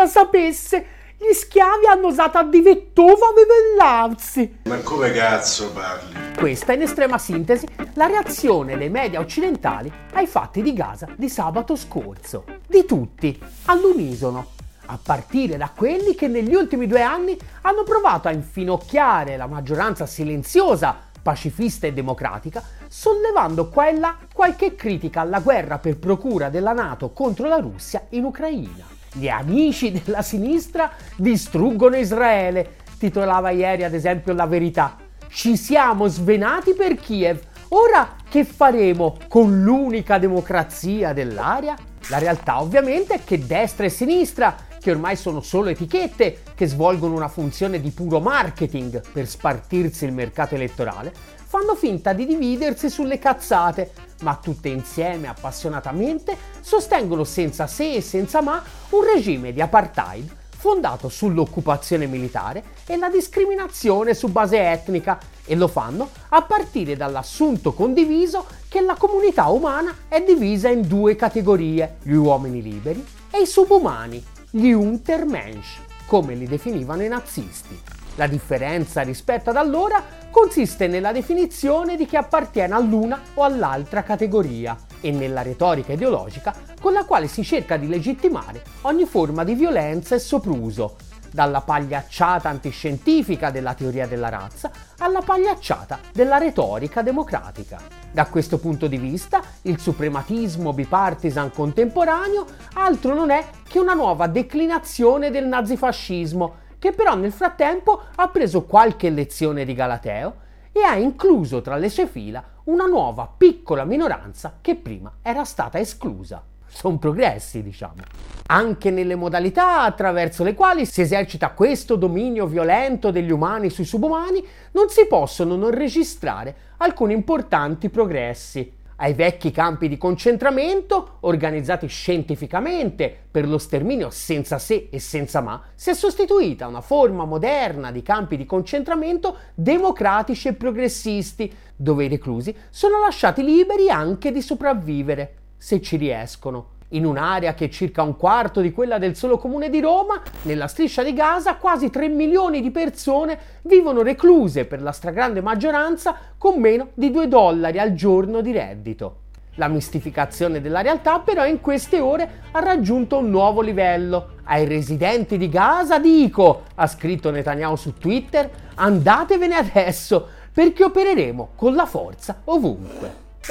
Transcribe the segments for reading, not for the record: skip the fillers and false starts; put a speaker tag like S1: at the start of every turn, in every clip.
S1: la sapesse, gli schiavi hanno osato addirittura ribellarsi.
S2: Ma come cazzo parli?
S1: Questa è in estrema sintesi la reazione dei media occidentali ai fatti di Gaza di sabato scorso. Di tutti, all'unisono. A partire da quelli che negli ultimi 2 anni hanno provato a infinocchiare la maggioranza silenziosa, pacifista e democratica, sollevando qua e là qualche critica alla guerra per procura della NATO contro la Russia in Ucraina. Gli amici della sinistra distruggono Israele, titolava ieri ad esempio La Verità. Ci siamo svenati per Kiev, ora che faremo con l'unica democrazia dell'area? La realtà ovviamente è che destra e sinistra, che ormai sono solo etichette che svolgono una funzione di puro marketing per spartirsi il mercato elettorale, fanno finta di dividersi sulle cazzate, ma tutte insieme appassionatamente sostengono senza se e senza ma un regime di apartheid fondato sull'occupazione militare e la discriminazione su base etnica, e lo fanno a partire dall'assunto condiviso che la comunità umana è divisa in 2 categorie, gli uomini liberi e i subumani, gli Untermensch, come li definivano i nazisti. La differenza rispetto ad allora consiste nella definizione di chi appartiene all'una o all'altra categoria e nella retorica ideologica con la quale si cerca di legittimare ogni forma di violenza e sopruso, dalla pagliacciata antiscientifica della teoria della razza alla pagliacciata della retorica democratica. Da questo punto di vista, il suprematismo bipartisan contemporaneo altro non è che una nuova declinazione del nazifascismo, che però nel frattempo ha preso qualche lezione di Galateo e ha incluso tra le sue fila una nuova piccola minoranza che prima era stata esclusa. Sono progressi, diciamo. Anche nelle modalità attraverso le quali si esercita questo dominio violento degli umani sui subumani non si possono non registrare alcuni importanti progressi. Ai vecchi campi di concentramento, organizzati scientificamente per lo sterminio senza se e senza ma, si è sostituita una forma moderna di campi di concentramento democratici e progressisti, dove i reclusi sono lasciati liberi anche di sopravvivere, se ci riescono. In un'area che è circa un quarto di quella del solo comune di Roma, nella striscia di Gaza quasi 3 milioni di persone vivono recluse, per la stragrande maggioranza con meno di $2 al giorno di reddito. La mistificazione della realtà però in queste ore ha raggiunto un nuovo livello. Ai residenti di Gaza dico, ha scritto Netanyahu su Twitter, andatevene adesso perché opereremo con la forza ovunque.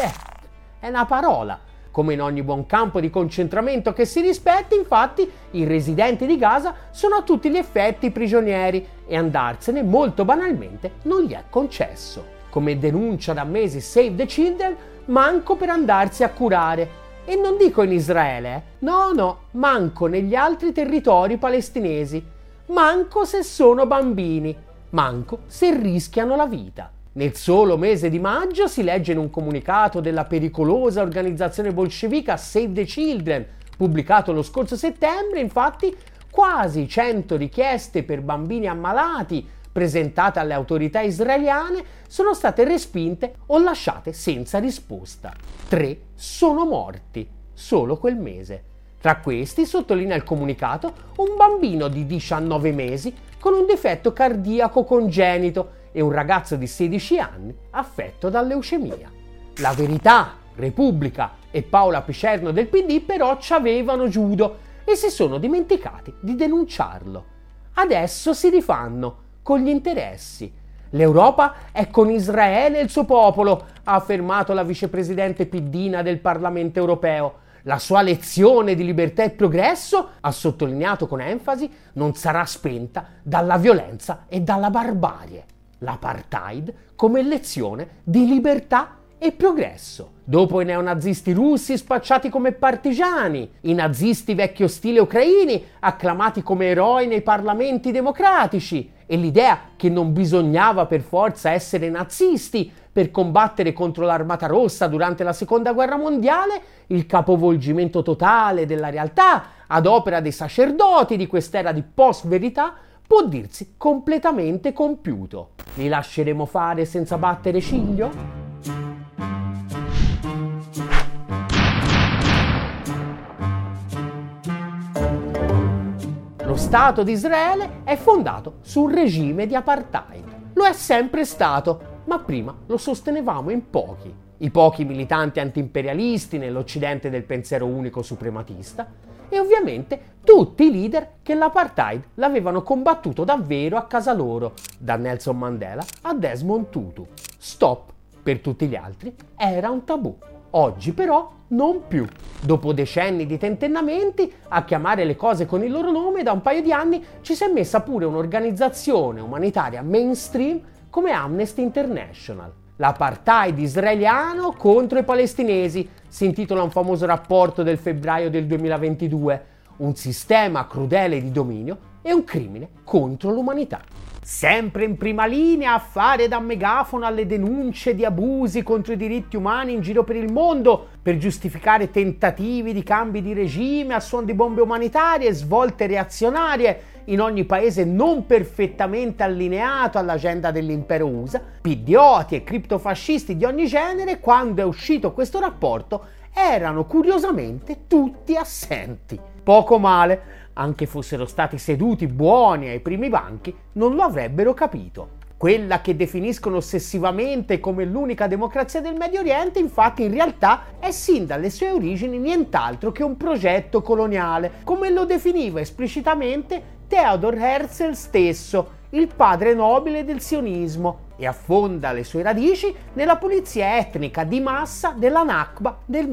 S1: È una parola. Come in ogni buon campo di concentramento che si rispetti, infatti, i residenti di Gaza sono a tutti gli effetti prigionieri e andarsene molto banalmente non gli è concesso. Come denuncia da mesi Save the Children, manco per andarsi a curare. E non dico in Israele, no, manco negli altri territori palestinesi, manco se sono bambini, manco se rischiano la vita. Nel solo mese di maggio, si legge in un comunicato della pericolosa organizzazione bolscevica Save the Children, pubblicato lo scorso settembre, infatti, quasi 100 richieste per bambini ammalati presentate alle autorità israeliane sono state respinte o lasciate senza risposta. 3 sono morti solo quel mese. Tra questi, sottolinea il comunicato, un bambino di 19 mesi con un difetto cardiaco congenito e un ragazzo di 16 anni affetto da leucemia. La Verità, Repubblica e Paola Picerno del PD però ci avevano giudo e si sono dimenticati di denunciarlo. Adesso si rifanno con gli interessi. L'Europa è con Israele e il suo popolo, ha affermato la vicepresidente piddina del Parlamento europeo. La sua lezione di libertà e progresso, ha sottolineato con enfasi, non sarà spenta dalla violenza e dalla barbarie. L'apartheid come lezione di libertà e progresso. Dopo i neonazisti russi spacciati come partigiani, i nazisti vecchio stile ucraini acclamati come eroi nei parlamenti democratici e l'idea che non bisognava per forza essere nazisti per combattere contro l'Armata Rossa durante la Seconda Guerra Mondiale, il capovolgimento totale della realtà ad opera dei sacerdoti di quest'era di post-verità può dirsi completamente compiuto. Li lasceremo fare senza battere ciglio? Lo Stato di Israele è fondato su un regime di apartheid. Lo è sempre stato, ma prima lo sostenevamo in pochi. I pochi militanti antiimperialisti nell'Occidente del pensiero unico suprematista e ovviamente tutti i leader che l'apartheid l'avevano combattuto davvero a casa loro, da Nelson Mandela a Desmond Tutu. Stop, per tutti gli altri, era un tabù. Oggi però non più. Dopo decenni di tentennamenti a chiamare le cose con il loro nome, da un paio di anni ci si è messa pure un'organizzazione umanitaria mainstream come Amnesty International. L'apartheid israeliano contro i palestinesi, si intitola un famoso rapporto del febbraio del 2022, un sistema crudele di dominio e un crimine contro l'umanità. Sempre in prima linea a fare da megafono alle denunce di abusi contro i diritti umani in giro per il mondo per giustificare tentativi di cambi di regime a suon di bombe umanitarie e svolte reazionarie in ogni paese non perfettamente allineato all'agenda dell'impero USA, pidioti e criptofascisti di ogni genere, quando è uscito questo rapporto, erano curiosamente tutti assenti. Poco male, anche fossero stati seduti buoni ai primi banchi, non lo avrebbero capito. Quella che definiscono ossessivamente come l'unica democrazia del Medio Oriente, infatti, in realtà è sin dalle sue origini nient'altro che un progetto coloniale, come lo definiva esplicitamente Theodor Herzl stesso, il padre nobile del sionismo, e affonda le sue radici nella pulizia etnica di massa della Nakba del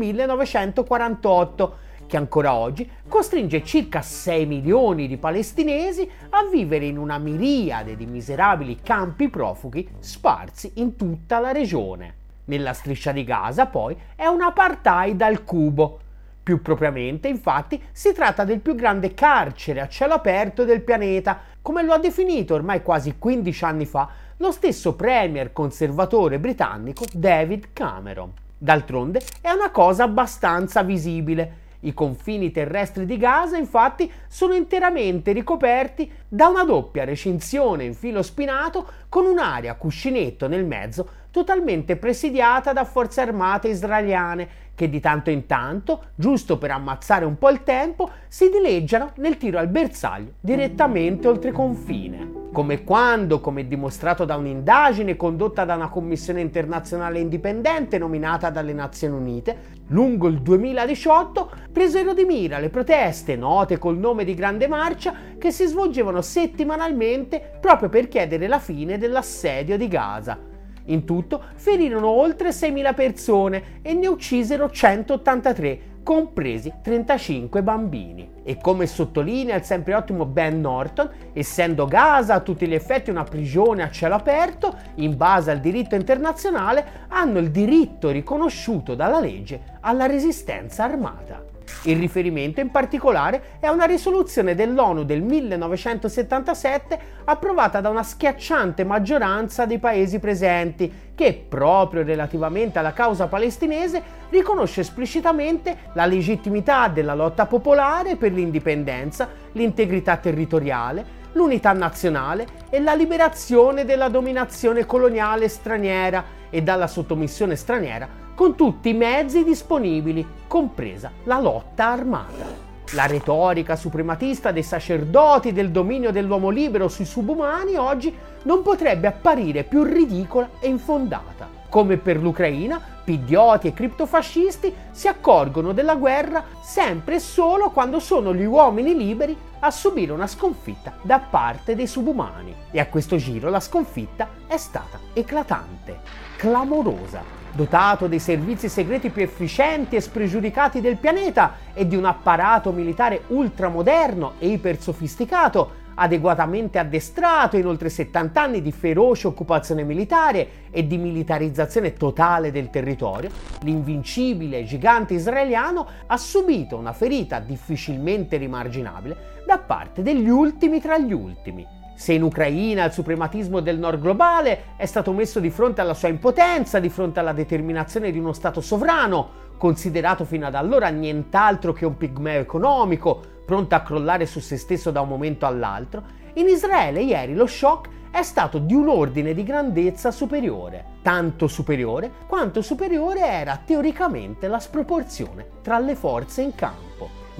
S1: 1948, che ancora oggi costringe circa 6 milioni di palestinesi a vivere in una miriade di miserabili campi profughi sparsi in tutta la regione. Nella striscia di Gaza, poi, è un apartheid al cubo. Più propriamente, infatti, si tratta del più grande carcere a cielo aperto del pianeta, come lo ha definito ormai quasi 15 anni fa lo stesso premier conservatore britannico David Cameron. D'altronde è una cosa abbastanza visibile. I confini terrestri di Gaza, infatti, sono interamente ricoperti da una doppia recinzione in filo spinato con un'area cuscinetto nel mezzo totalmente presidiata da forze armate israeliane che di tanto in tanto, giusto per ammazzare un po' il tempo, si dileggiano nel tiro al bersaglio direttamente oltre confine. Come quando, come dimostrato da un'indagine condotta da una commissione internazionale indipendente nominata dalle Nazioni Unite, lungo il 2018 presero di mira le proteste note col nome di Grande Marcia che si svolgevano settimanalmente proprio per chiedere la fine dell'assedio di Gaza. In tutto ferirono oltre 6.000 persone e ne uccisero 183, compresi 35 bambini. E come sottolinea il sempre ottimo Ben Norton, essendo Gaza a tutti gli effetti una prigione a cielo aperto, in base al diritto internazionale hanno il diritto riconosciuto dalla legge alla resistenza armata. Il riferimento in particolare è a una risoluzione dell'ONU del 1977 approvata da una schiacciante maggioranza dei paesi presenti che, proprio relativamente alla causa palestinese, riconosce esplicitamente la legittimità della lotta popolare per l'indipendenza, l'integrità territoriale, l'unità nazionale e la liberazione dalla dominazione coloniale straniera e dalla sottomissione straniera con tutti i mezzi disponibili, compresa la lotta armata. La retorica suprematista dei sacerdoti del dominio dell'uomo libero sui subumani oggi non potrebbe apparire più ridicola e infondata. Come per l'Ucraina, pidioti e criptofascisti si accorgono della guerra sempre e solo quando sono gli uomini liberi a subire una sconfitta da parte dei subumani. E a questo giro la sconfitta è stata eclatante, clamorosa. Dotato dei servizi segreti più efficienti e spregiudicati del pianeta e di un apparato militare ultramoderno e ipersofisticato, adeguatamente addestrato in oltre 70 anni di feroce occupazione militare e di militarizzazione totale del territorio, l'invincibile gigante israeliano ha subito una ferita difficilmente rimarginabile da parte degli ultimi tra gli ultimi. Se in Ucraina il suprematismo del nord globale è stato messo di fronte alla sua impotenza, di fronte alla determinazione di uno Stato sovrano, considerato fino ad allora nient'altro che un pigmeo economico, pronto a crollare su se stesso da un momento all'altro, in Israele ieri lo shock è stato di un ordine di grandezza superiore, tanto superiore quanto superiore era teoricamente la sproporzione tra le forze in campo.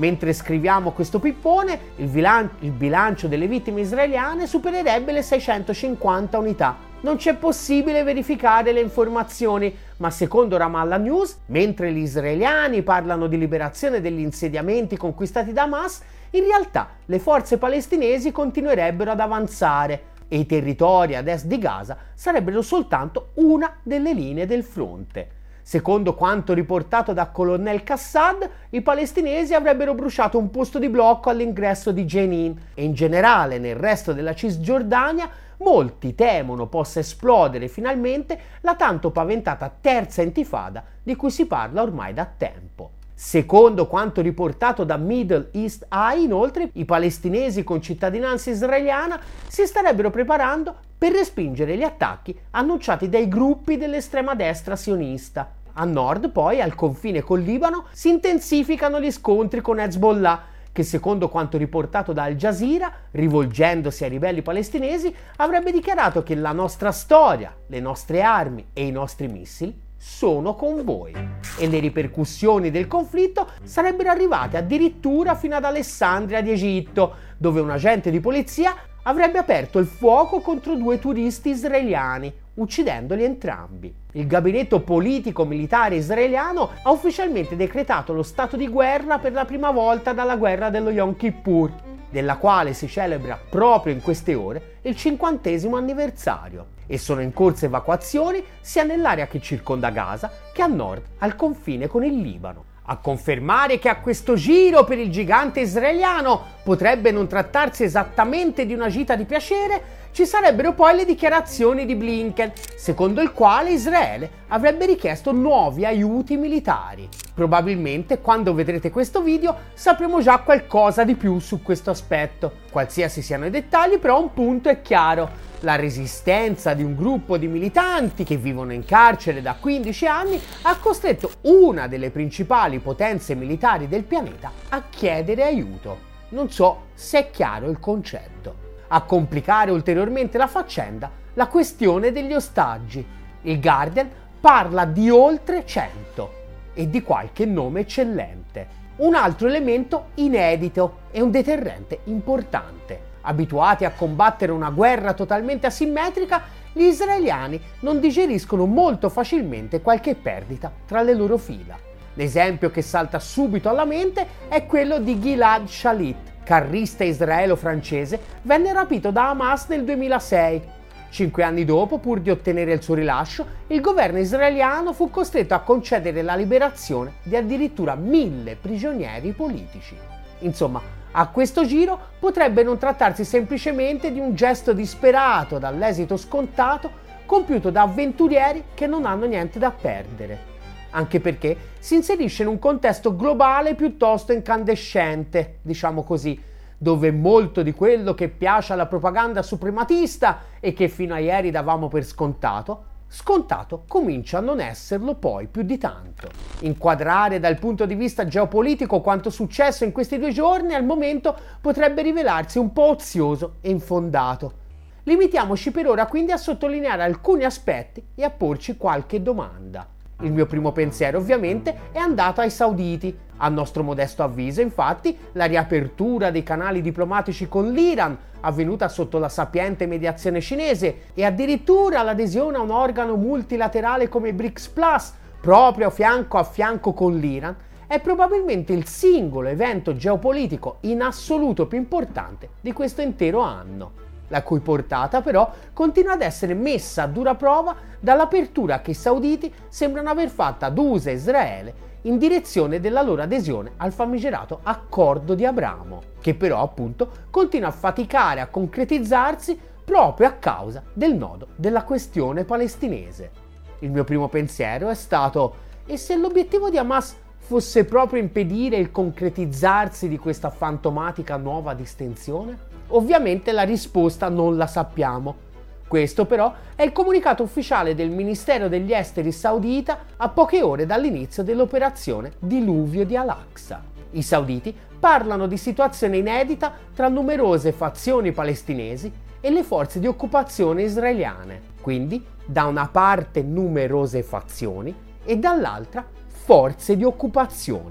S1: Mentre scriviamo questo pippone, il bilancio delle vittime israeliane supererebbe le 650 unità. Non c'è possibile verificare le informazioni, ma secondo Ramallah News, mentre gli israeliani parlano di liberazione degli insediamenti conquistati da Hamas, in realtà le forze palestinesi continuerebbero ad avanzare e i territori ad est di Gaza sarebbero soltanto una delle linee del fronte. Secondo quanto riportato da Colonnel Kassad, i palestinesi avrebbero bruciato un posto di blocco all'ingresso di Jenin e in generale nel resto della Cisgiordania molti temono possa esplodere finalmente la tanto paventata terza intifada di cui si parla ormai da tempo. Secondo quanto riportato da Middle East Eye, inoltre, i palestinesi con cittadinanza israeliana si starebbero preparando per respingere gli attacchi annunciati dai gruppi dell'estrema destra sionista. A nord, poi, al confine col Libano, si intensificano gli scontri con Hezbollah, che secondo quanto riportato da Al Jazeera, rivolgendosi ai ribelli palestinesi, avrebbe dichiarato che la nostra storia, le nostre armi e i nostri missili sono con voi, e le ripercussioni del conflitto sarebbero arrivate addirittura fino ad Alessandria di Egitto, dove un agente di polizia avrebbe aperto il fuoco contro 2 turisti israeliani, uccidendoli entrambi. Il gabinetto politico-militare israeliano ha ufficialmente decretato lo stato di guerra per la prima volta dalla guerra dello Yom Kippur, della quale si celebra proprio in queste ore il 50° anniversario, e sono in corso evacuazioni sia nell'area che circonda Gaza che a nord al confine con il Libano. A confermare che a questo giro per il gigante israeliano potrebbe non trattarsi esattamente di una gita di piacere, ci sarebbero poi le dichiarazioni di Blinken, secondo il quale Israele avrebbe richiesto nuovi aiuti militari. Probabilmente quando vedrete questo video sapremo già qualcosa di più su questo aspetto. Qualsiasi siano i dettagli, però un punto è chiaro: la resistenza di un gruppo di militanti che vivono in carcere da 15 anni ha costretto una delle principali potenze militari del pianeta a chiedere aiuto. Non so se è chiaro il concetto. A complicare ulteriormente la faccenda, la questione degli ostaggi. Il Guardian parla di oltre 100 e di qualche nome eccellente. Un altro elemento inedito e un deterrente importante. Abituati a combattere una guerra totalmente asimmetrica, gli israeliani non digeriscono molto facilmente qualche perdita tra le loro fila. L'esempio che salta subito alla mente è quello di Gilad Shalit, carrista israelo-francese, venne rapito da Hamas nel 2006. 5 anni dopo, pur di ottenere il suo rilascio, il governo israeliano fu costretto a concedere la liberazione di addirittura 1000 prigionieri politici. Insomma, a questo giro potrebbe non trattarsi semplicemente di un gesto disperato dall'esito scontato compiuto da avventurieri che non hanno niente da perdere, anche perché si inserisce in un contesto globale piuttosto incandescente, diciamo così, dove molto di quello che piace alla propaganda suprematista e che fino a ieri davamo per scontato comincia a non esserlo poi più di tanto. Inquadrare dal punto di vista geopolitico quanto successo in questi 2 giorni al momento potrebbe rivelarsi un po' ozioso e infondato. Limitiamoci per ora quindi a sottolineare alcuni aspetti e a porci qualche domanda. Il mio primo pensiero ovviamente è andato ai sauditi. A nostro modesto avviso, infatti, la riapertura dei canali diplomatici con l'Iran, avvenuta sotto la sapiente mediazione cinese, e addirittura l'adesione a un organo multilaterale come BRICS Plus, proprio fianco a fianco con l'Iran, è probabilmente il singolo evento geopolitico in assoluto più importante di questo intero anno, la cui portata però continua ad essere messa a dura prova dall'apertura che i sauditi sembrano aver fatto ad USA e Israele in direzione della loro adesione al famigerato Accordo di Abramo, che però appunto continua a faticare a concretizzarsi proprio a causa del nodo della questione palestinese. Il mio primo pensiero è stato: e se l'obiettivo di Hamas fosse proprio impedire il concretizzarsi di questa fantomatica nuova distensione? Ovviamente la risposta non la sappiamo. Questo però è il comunicato ufficiale del Ministero degli Esteri saudita a poche ore dall'inizio dell'operazione Diluvio di Al-Aqsa. I sauditi parlano di situazione inedita tra numerose fazioni palestinesi e le forze di occupazione israeliane. Quindi, da una parte numerose fazioni e dall'altra forze di occupazione.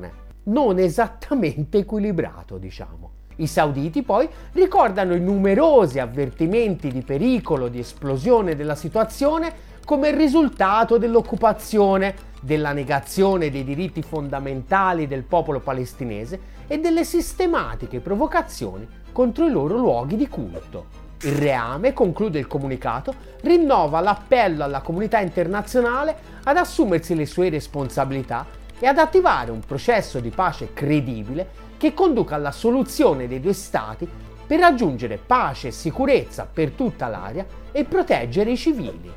S1: non esattamente equilibrato, diciamo. I sauditi poi ricordano i numerosi avvertimenti di pericolo di esplosione della situazione come risultato dell'occupazione, della negazione dei diritti fondamentali del popolo palestinese e delle sistematiche provocazioni contro i loro luoghi di culto. Il reame, conclude il comunicato, rinnova l'appello alla comunità internazionale ad assumersi le sue responsabilità e ad attivare un processo di pace credibile che conduca alla soluzione dei due stati per raggiungere pace e sicurezza per tutta l'area e proteggere i civili.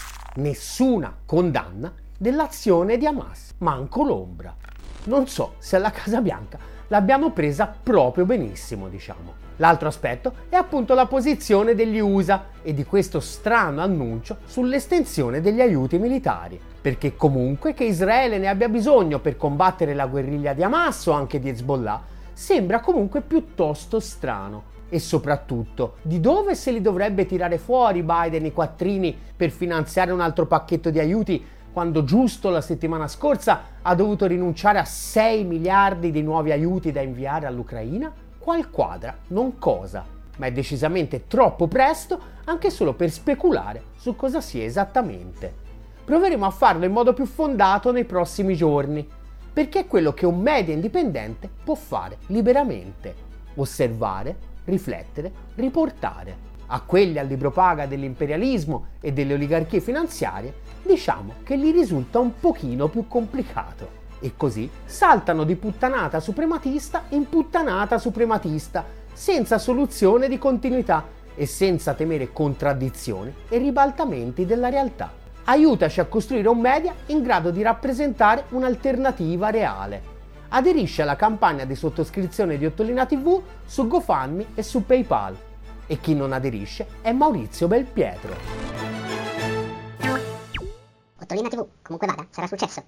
S1: Nessuna condanna dell'azione di Hamas, manco l'ombra. Non so se alla Casa Bianca l'abbiano presa proprio benissimo, diciamo. L'altro aspetto è appunto la posizione degli USA e di questo strano annuncio sull'estensione degli aiuti militari, perché comunque che Israele ne abbia bisogno per combattere la guerriglia di Hamas o anche di Hezbollah sembra comunque piuttosto strano. E soprattutto, di dove se li dovrebbe tirare fuori Biden i quattrini per finanziare un altro pacchetto di aiuti quando giusto la settimana scorsa ha dovuto rinunciare a 6 miliardi di nuovi aiuti da inviare all'Ucraina? Qual quadra, non cosa, ma è decisamente troppo presto anche solo per speculare su cosa sia esattamente. Proveremo a farlo in modo più fondato nei prossimi giorni, perché è quello che un media indipendente può fare liberamente: osservare, riflettere, riportare. A quelli al libro paga dell'imperialismo e delle oligarchie finanziarie diciamo che gli risulta un pochino più complicato. E così saltano di puttanata suprematista in puttanata suprematista, senza soluzione di continuità e senza temere contraddizioni e ribaltamenti della realtà. Aiutaci a costruire un media in grado di rappresentare un'alternativa reale. Aderisci alla campagna di sottoscrizione di Ottolina TV su GoFundMe e su PayPal. E chi non aderisce è Maurizio Belpietro.
S3: Ottolina TV, comunque vada, sarà successo.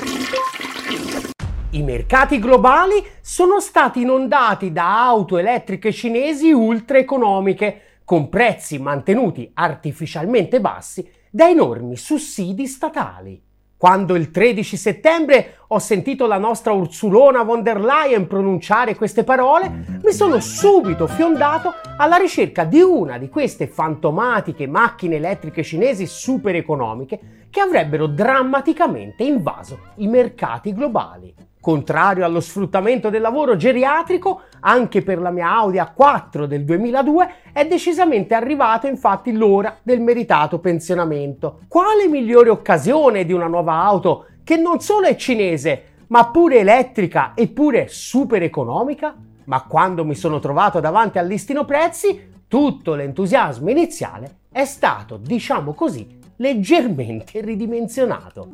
S1: I mercati globali sono stati inondati da auto elettriche cinesi ultra economiche, con prezzi mantenuti artificialmente bassi da enormi sussidi statali. Quando il 13 settembre ho sentito la nostra Ursulona von der Leyen pronunciare queste parole, mi sono subito fiondato alla ricerca di una di queste fantomatiche macchine elettriche cinesi super economiche che avrebbero drammaticamente invaso i mercati globali. Contrario allo sfruttamento del lavoro geriatrico, anche per la mia Audi A4 del 2002 è decisamente arrivato infatti l'ora del meritato pensionamento. Quale migliore occasione di una nuova auto che non solo è cinese, ma pure elettrica e pure super economica? Ma quando mi sono trovato davanti al listino prezzi, tutto l'entusiasmo iniziale è stato, diciamo così, leggermente ridimensionato.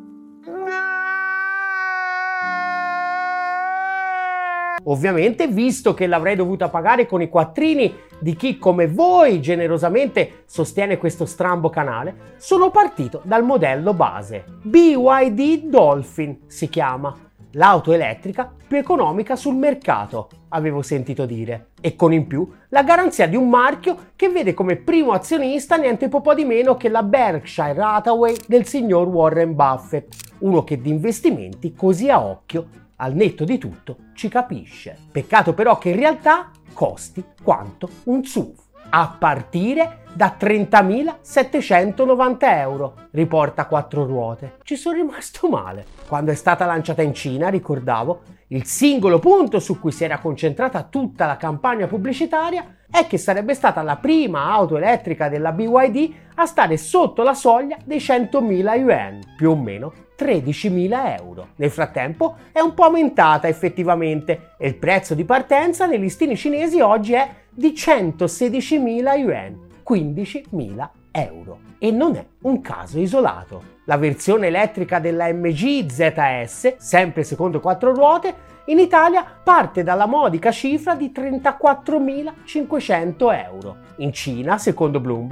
S1: Ovviamente, visto che l'avrei dovuta pagare con i quattrini di chi come voi generosamente sostiene questo strambo canale, sono partito dal modello base. BYD Dolphin si chiama. L'auto elettrica più economica sul mercato, avevo sentito dire. E con in più la garanzia di un marchio che vede come primo azionista niente po' di meno che la Berkshire Hathaway del signor Warren Buffett. Uno che di investimenti così a occhio, al netto di tutto, ci capisce. Peccato però che in realtà costi quanto un SUV, a partire da 30.790 euro, riporta Quattro Ruote. Ci sono rimasto male. Quando è stata lanciata in Cina, ricordavo, il singolo punto su cui si era concentrata tutta la campagna pubblicitaria è che sarebbe stata la prima auto elettrica della BYD a stare sotto la soglia dei 100.000 yuan, più o meno 13.000 euro. Nel frattempo è un po' aumentata effettivamente e il prezzo di partenza nei listini cinesi oggi è di 116.000 yuan, 15.000 euro. E non è un caso isolato. La versione elettrica della MG ZS, sempre secondo Quattro Ruote, in Italia parte dalla modica cifra di 34.500 euro. In Cina, secondo Bloomberg,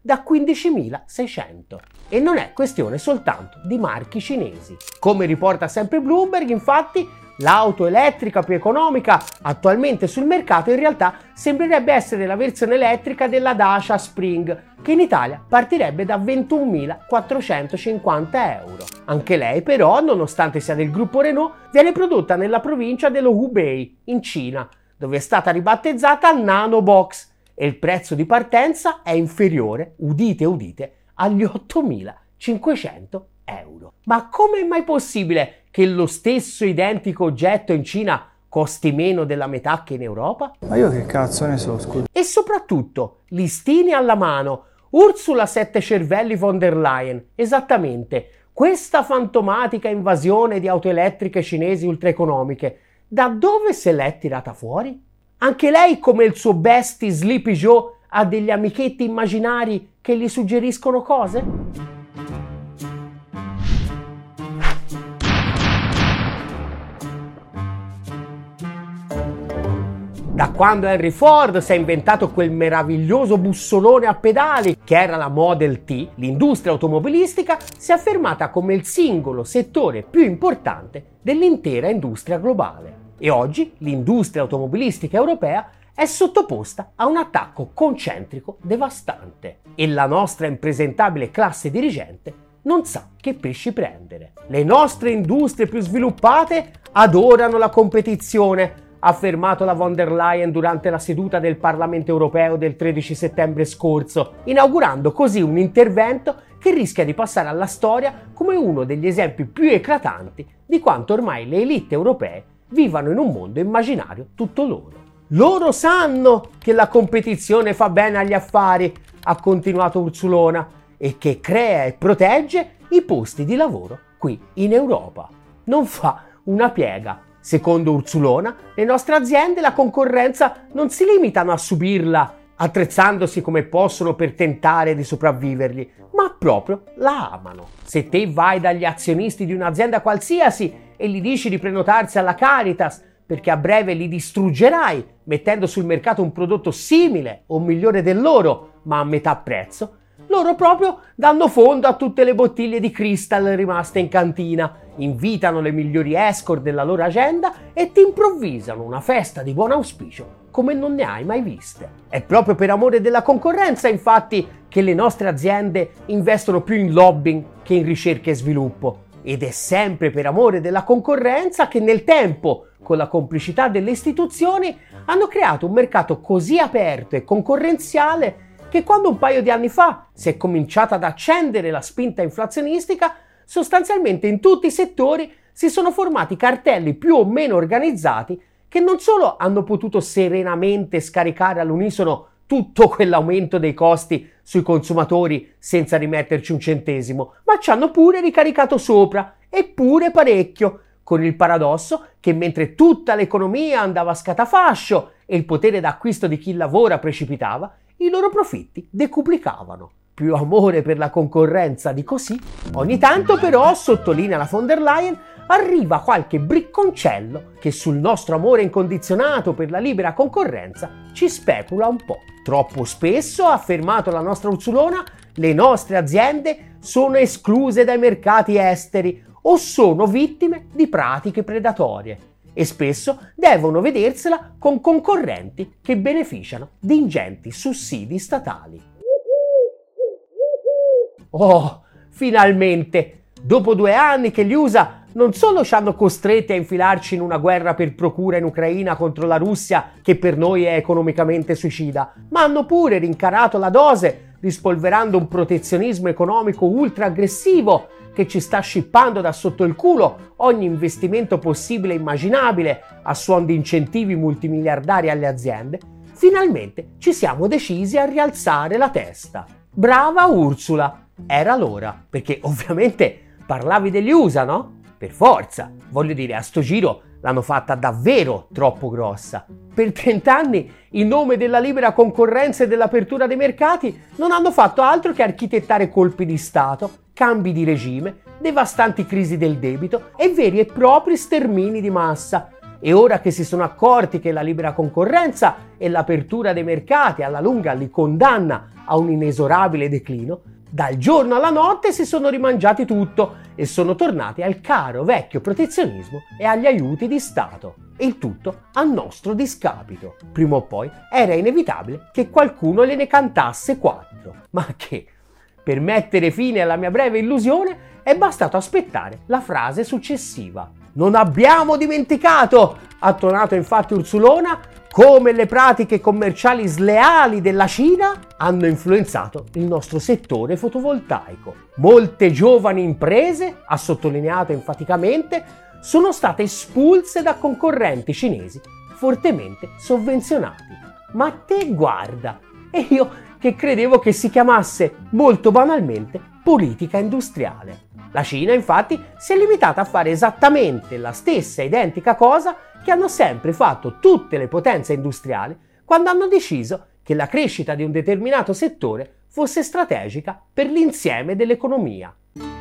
S1: da 15.600. E non è questione soltanto di marchi cinesi. Come riporta sempre Bloomberg, infatti, l'auto elettrica più economica attualmente sul mercato in realtà sembrerebbe essere la versione elettrica della Dacia Spring, che in Italia partirebbe da 21.450 euro. Anche lei però, nonostante sia del gruppo Renault, viene prodotta nella provincia dello Hubei, in Cina, dove è stata ribattezzata Nano Box, e il prezzo di partenza è inferiore, udite udite, agli 8.500 euro. Ma come è mai possibile che lo stesso identico oggetto in Cina costi meno della metà che in Europa?
S4: Ma io che cazzo ne so, scusa.
S1: E soprattutto, listini alla mano, Ursula Sette Cervelli von der Leyen, esattamente, questa fantomatica invasione di auto elettriche cinesi ultraeconomiche, da dove se l'è tirata fuori? Anche lei, come il suo bestie Sleepy Joe, ha degli amichetti immaginari che gli suggeriscono cose? Da quando Henry Ford si è inventato quel meraviglioso bussolone a pedali che era la Model T, l'industria automobilistica si è affermata come il singolo settore più importante dell'intera industria globale. E oggi l'industria automobilistica europea è sottoposta a un attacco concentrico devastante e la nostra impresentabile classe dirigente non sa che pesci prendere. Le nostre industrie più sviluppate adorano la competizione, ha affermato la von der Leyen durante la seduta del Parlamento europeo del 13 settembre scorso, inaugurando così un intervento che rischia di passare alla storia come uno degli esempi più eclatanti di quanto ormai le elite europee vivano in un mondo immaginario tutto loro. Loro sanno che la competizione fa bene agli affari, ha continuato Ursulona, e che crea e protegge i posti di lavoro qui in Europa. Non fa una piega. Secondo Ursulona, le nostre aziende la concorrenza non si limitano a subirla, attrezzandosi come possono per tentare di sopravvivergli, ma proprio la amano. Se te vai dagli azionisti di un'azienda qualsiasi e gli dici di prenotarsi alla Caritas perché a breve li distruggerai mettendo sul mercato un prodotto simile o migliore del loro, ma a metà prezzo, loro proprio danno fondo a tutte le bottiglie di Crystal rimaste in cantina, invitano le migliori escort della loro agenda e ti improvvisano una festa di buon auspicio come non ne hai mai viste. È proprio per amore della concorrenza, infatti, che le nostre aziende investono più in lobbying che in ricerca e sviluppo. Ed è sempre per amore della concorrenza che nel tempo, con la complicità delle istituzioni, hanno creato un mercato così aperto e concorrenziale che quando un paio di anni fa si è cominciata ad accendere la spinta inflazionistica, sostanzialmente in tutti i settori si sono formati cartelli più o meno organizzati che non solo hanno potuto serenamente scaricare all'unisono tutto quell'aumento dei costi sui consumatori senza rimetterci un centesimo, ma ci hanno pure ricaricato sopra, eppure parecchio, con il paradosso che mentre tutta l'economia andava a scatafascio e il potere d'acquisto di chi lavora precipitava, i loro profitti decuplicavano. Più amore per la concorrenza di così. Ogni tanto però, sottolinea la von der Leyen, arriva qualche bricconcello che sul nostro amore incondizionato per la libera concorrenza ci specula un po'. Troppo spesso, ha affermato la nostra Ursulona, le nostre aziende sono escluse dai mercati esteri o sono vittime di pratiche predatorie e spesso devono vedersela con concorrenti che beneficiano di ingenti sussidi statali. Oh, finalmente! Dopo 2 anni che gli USA non solo ci hanno costretti a infilarci in una guerra per procura in Ucraina contro la Russia, che per noi è economicamente suicida, ma hanno pure rincarato la dose, rispolverando un protezionismo economico ultra aggressivo che ci sta scippando da sotto il culo ogni investimento possibile e immaginabile a suon di incentivi multimiliardari alle aziende. Finalmente ci siamo decisi a rialzare la testa. Brava Ursula! Era l'ora, perché ovviamente parlavi degli USA, no? Per forza, voglio dire, a sto giro l'hanno fatta davvero troppo grossa. Per 30 anni, in nome della libera concorrenza e dell'apertura dei mercati, non hanno fatto altro che architettare colpi di Stato, cambi di regime, devastanti crisi del debito e veri e propri stermini di massa. E ora che si sono accorti che la libera concorrenza e l'apertura dei mercati alla lunga li condanna a un inesorabile declino, dal giorno alla notte si sono rimangiati tutto e sono tornati al caro vecchio protezionismo e agli aiuti di Stato. E il tutto a nostro discapito. Prima o poi era inevitabile che qualcuno gliene cantasse 4. Ma che, per mettere fine alla mia breve illusione, è bastato aspettare la frase successiva. Non abbiamo dimenticato, ha tonato infatti Ursulona, come le pratiche commerciali sleali della Cina hanno influenzato il nostro settore fotovoltaico. Molte giovani imprese, ha sottolineato enfaticamente, sono state espulse da concorrenti cinesi fortemente sovvenzionati. Ma te guarda, e io che credevo che si chiamasse molto banalmente politica industriale. La Cina infatti si è limitata a fare esattamente la stessa identica cosa che hanno sempre fatto tutte le potenze industriali quando hanno deciso che la crescita di un determinato settore fosse strategica per l'insieme dell'economia.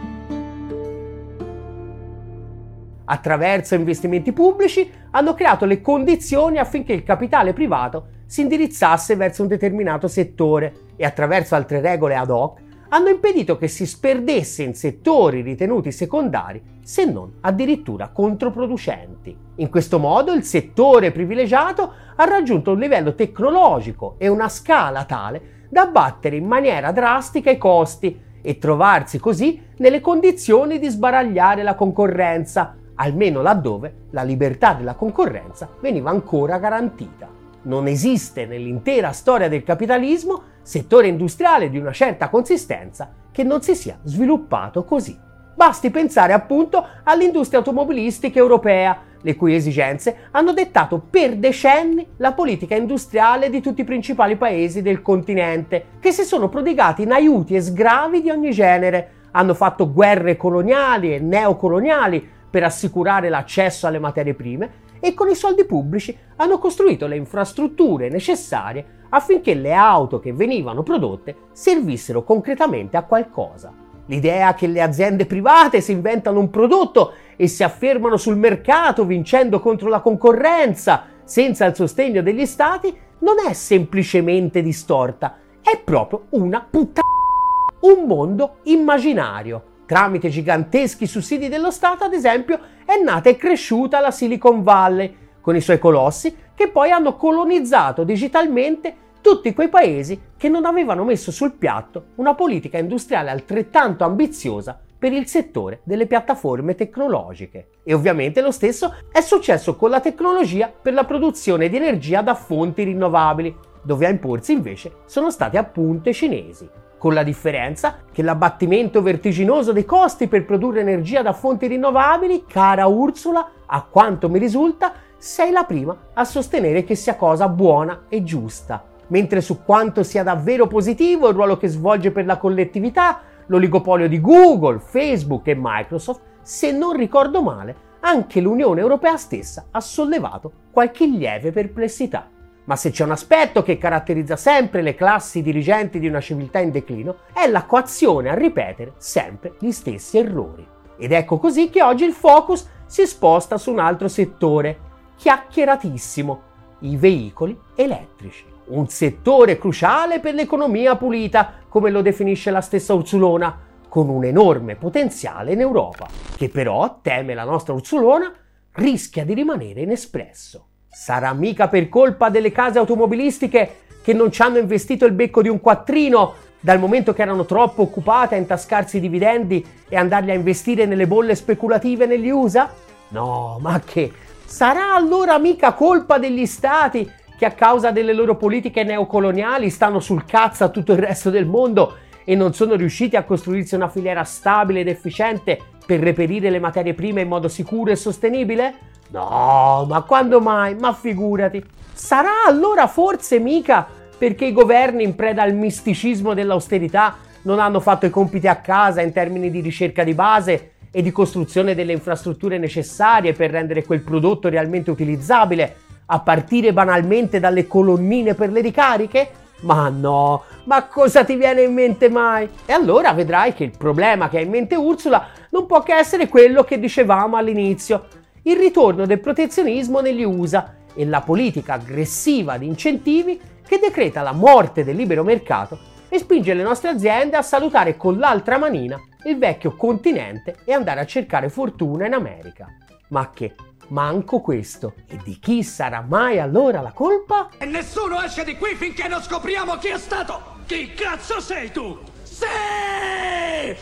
S1: Attraverso investimenti pubblici hanno creato le condizioni affinché il capitale privato si indirizzasse verso un determinato settore e attraverso altre regole ad hoc hanno impedito che si sperdesse in settori ritenuti secondari, se non addirittura controproducenti. In questo modo il settore privilegiato ha raggiunto un livello tecnologico e una scala tale da abbattere in maniera drastica i costi e trovarsi così nelle condizioni di sbaragliare la concorrenza, almeno laddove la libertà della concorrenza veniva ancora garantita. Non esiste nell'intera storia del capitalismo settore industriale di una certa consistenza che non si sia sviluppato così. Basti pensare appunto all'industria automobilistica europea, le cui esigenze hanno dettato per decenni la politica industriale di tutti i principali paesi del continente, che si sono prodigati in aiuti e sgravi di ogni genere, hanno fatto guerre coloniali e neocoloniali per assicurare l'accesso alle materie prime e con i soldi pubblici hanno costruito le infrastrutture necessarie affinché le auto che venivano prodotte servissero concretamente a qualcosa. L'idea che le aziende private si inventano un prodotto e si affermano sul mercato vincendo contro la concorrenza senza il sostegno degli stati non è semplicemente distorta, è proprio una puttana. Un mondo immaginario. Tramite giganteschi sussidi dello Stato, ad esempio, è nata e cresciuta la Silicon Valley, con i suoi colossi che poi hanno colonizzato digitalmente tutti quei paesi che non avevano messo sul piatto una politica industriale altrettanto ambiziosa per il settore delle piattaforme tecnologiche. E ovviamente lo stesso è successo con la tecnologia per la produzione di energia da fonti rinnovabili, dove a imporsi invece sono stati appunto i cinesi. Con la differenza che l'abbattimento vertiginoso dei costi per produrre energia da fonti rinnovabili, cara Ursula, a quanto mi risulta, sei la prima a sostenere che sia cosa buona e giusta, mentre su quanto sia davvero positivo il ruolo che svolge per la collettività l'oligopolio di Google, Facebook e Microsoft, se non ricordo male, anche l'Unione Europea stessa ha sollevato qualche lieve perplessità. Ma se c'è un aspetto che caratterizza sempre le classi dirigenti di una civiltà in declino, è la coazione a ripetere sempre gli stessi errori. Ed ecco così che oggi il focus si sposta su un altro settore, chiacchieratissimo, i veicoli elettrici. Un settore cruciale per l'economia pulita, come lo definisce la stessa Ursulona, con un enorme potenziale in Europa, che però, teme la nostra Ursulona, rischia di rimanere inespresso. Sarà mica per colpa delle case automobilistiche che non ci hanno investito il becco di un quattrino, dal momento che erano troppo occupate a intascarsi i dividendi e andarli a investire nelle bolle speculative negli USA? No, ma che? Sarà allora mica colpa degli stati che a causa delle loro politiche neocoloniali stanno sul cazzo a tutto il resto del mondo e non sono riusciti a costruirsi una filiera stabile ed efficiente per reperire le materie prime in modo sicuro e sostenibile? No, ma quando mai? Ma figurati! Sarà allora forse mica perché i governi in preda al misticismo dell'austerità non hanno fatto i compiti a casa in termini di ricerca di base e di costruzione delle infrastrutture necessarie per rendere quel prodotto realmente utilizzabile, a partire banalmente dalle colonnine per le ricariche? Ma no, ma cosa ti viene in mente mai? E allora vedrai che il problema che ha in mente Ursula non può che essere quello che dicevamo all'inizio. il ritorno del protezionismo negli USA e la politica aggressiva di incentivi che decreta la morte del libero mercato e spinge le nostre aziende a salutare con l'altra manina il vecchio continente e andare a cercare fortuna in America. Ma che manco questo. E di chi sarà mai allora la colpa?
S5: E nessuno esce di qui finché non scopriamo chi è stato! Chi cazzo sei tu? Sì!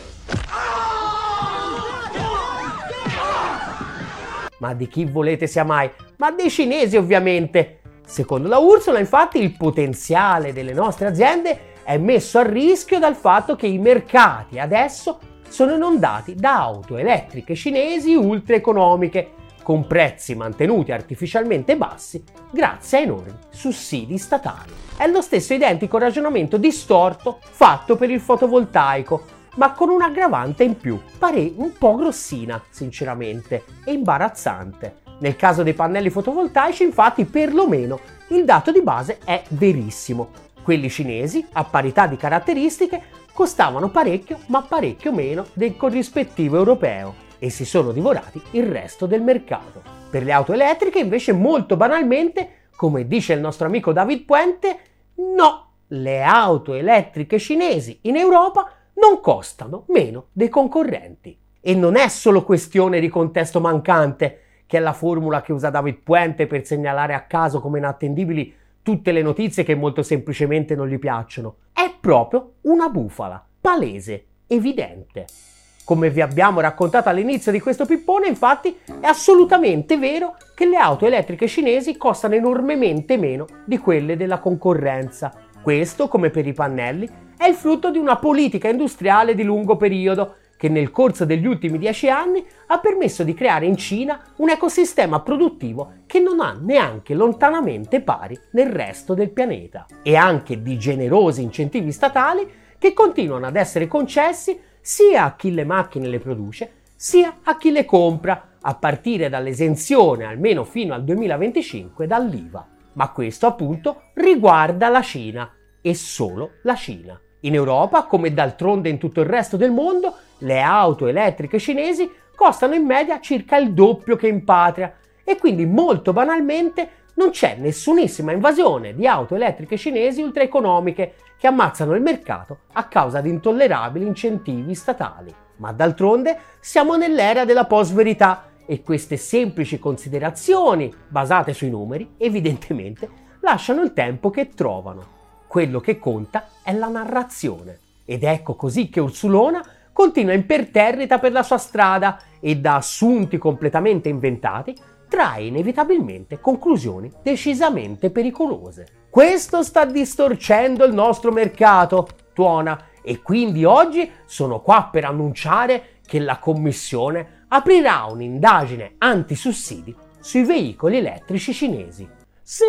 S1: Ma di chi volete sia mai? Ma dei cinesi ovviamente! Secondo la Ursula, infatti, il potenziale delle nostre aziende è messo a rischio dal fatto che i mercati adesso sono inondati da auto elettriche cinesi ultra economiche, con prezzi mantenuti artificialmente bassi grazie a enormi sussidi statali. È lo stesso identico ragionamento distorto fatto per il fotovoltaico, ma con un aggravante in più, pare un po' grossina, sinceramente, e imbarazzante. Nel caso dei pannelli fotovoltaici, infatti, perlomeno il dato di base è verissimo. Quelli cinesi, a parità di caratteristiche, costavano parecchio, ma parecchio meno del corrispettivo europeo, e si sono divorati il resto del mercato. Per le auto elettriche, invece, molto banalmente, come dice il nostro amico David Puente, no, le auto elettriche cinesi in Europa non costano meno dei concorrenti. E non è solo questione di contesto mancante, che è la formula che usa David Puente per segnalare a caso come inattendibili tutte le notizie che molto semplicemente non gli piacciono. È proprio una bufala, palese, evidente. Come vi abbiamo raccontato all'inizio di questo pippone, infatti, è assolutamente vero che le auto elettriche cinesi costano enormemente meno di quelle della concorrenza. Questo, come per i pannelli, è il frutto di una politica industriale di lungo periodo che nel corso degli ultimi 10 anni ha permesso di creare in Cina un ecosistema produttivo che non ha neanche lontanamente pari nel resto del pianeta, e anche di generosi incentivi statali che continuano ad essere concessi sia a chi le macchine le produce, sia a chi le compra, a partire dall'esenzione almeno fino al 2025 dall'IVA. Ma questo appunto riguarda la Cina, e solo la Cina. In Europa, come d'altronde in tutto il resto del mondo, le auto elettriche cinesi costano in media circa il doppio che in patria, e quindi molto banalmente non c'è nessunissima invasione di auto elettriche cinesi ultraeconomiche che ammazzano il mercato a causa di intollerabili incentivi statali. Ma d'altronde siamo nell'era della post-verità e queste semplici considerazioni, basate sui numeri, evidentemente lasciano il tempo che trovano. Quello che conta è la narrazione. Ed ecco così che Ursulona continua imperterrita per la sua strada e da assunti completamente inventati trae inevitabilmente conclusioni decisamente pericolose. Questo sta distorcendo il nostro mercato, tuona, e quindi oggi sono qua per annunciare che la Commissione aprirà un'indagine antisussidi sui veicoli elettrici cinesi. Sì!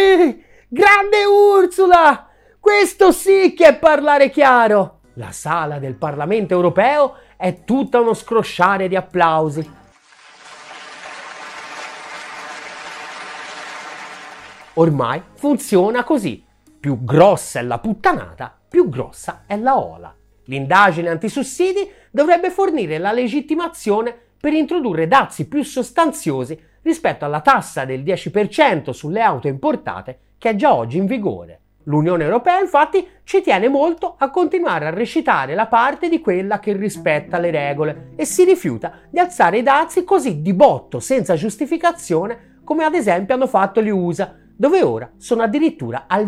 S1: Grande Ursula! Questo sì che è parlare chiaro! La sala del Parlamento europeo è tutta uno scrosciare di applausi. Ormai funziona così. Più grossa è la puttanata, più grossa è la ola. L'indagine antisussidi dovrebbe fornire la legittimazione per introdurre dazi più sostanziosi rispetto alla tassa del 10% sulle auto importate che è già oggi in vigore. L'Unione Europea infatti ci tiene molto a continuare a recitare la parte di quella che rispetta le regole e si rifiuta di alzare i dazi così di botto senza giustificazione come ad esempio hanno fatto gli USA, dove ora sono addirittura al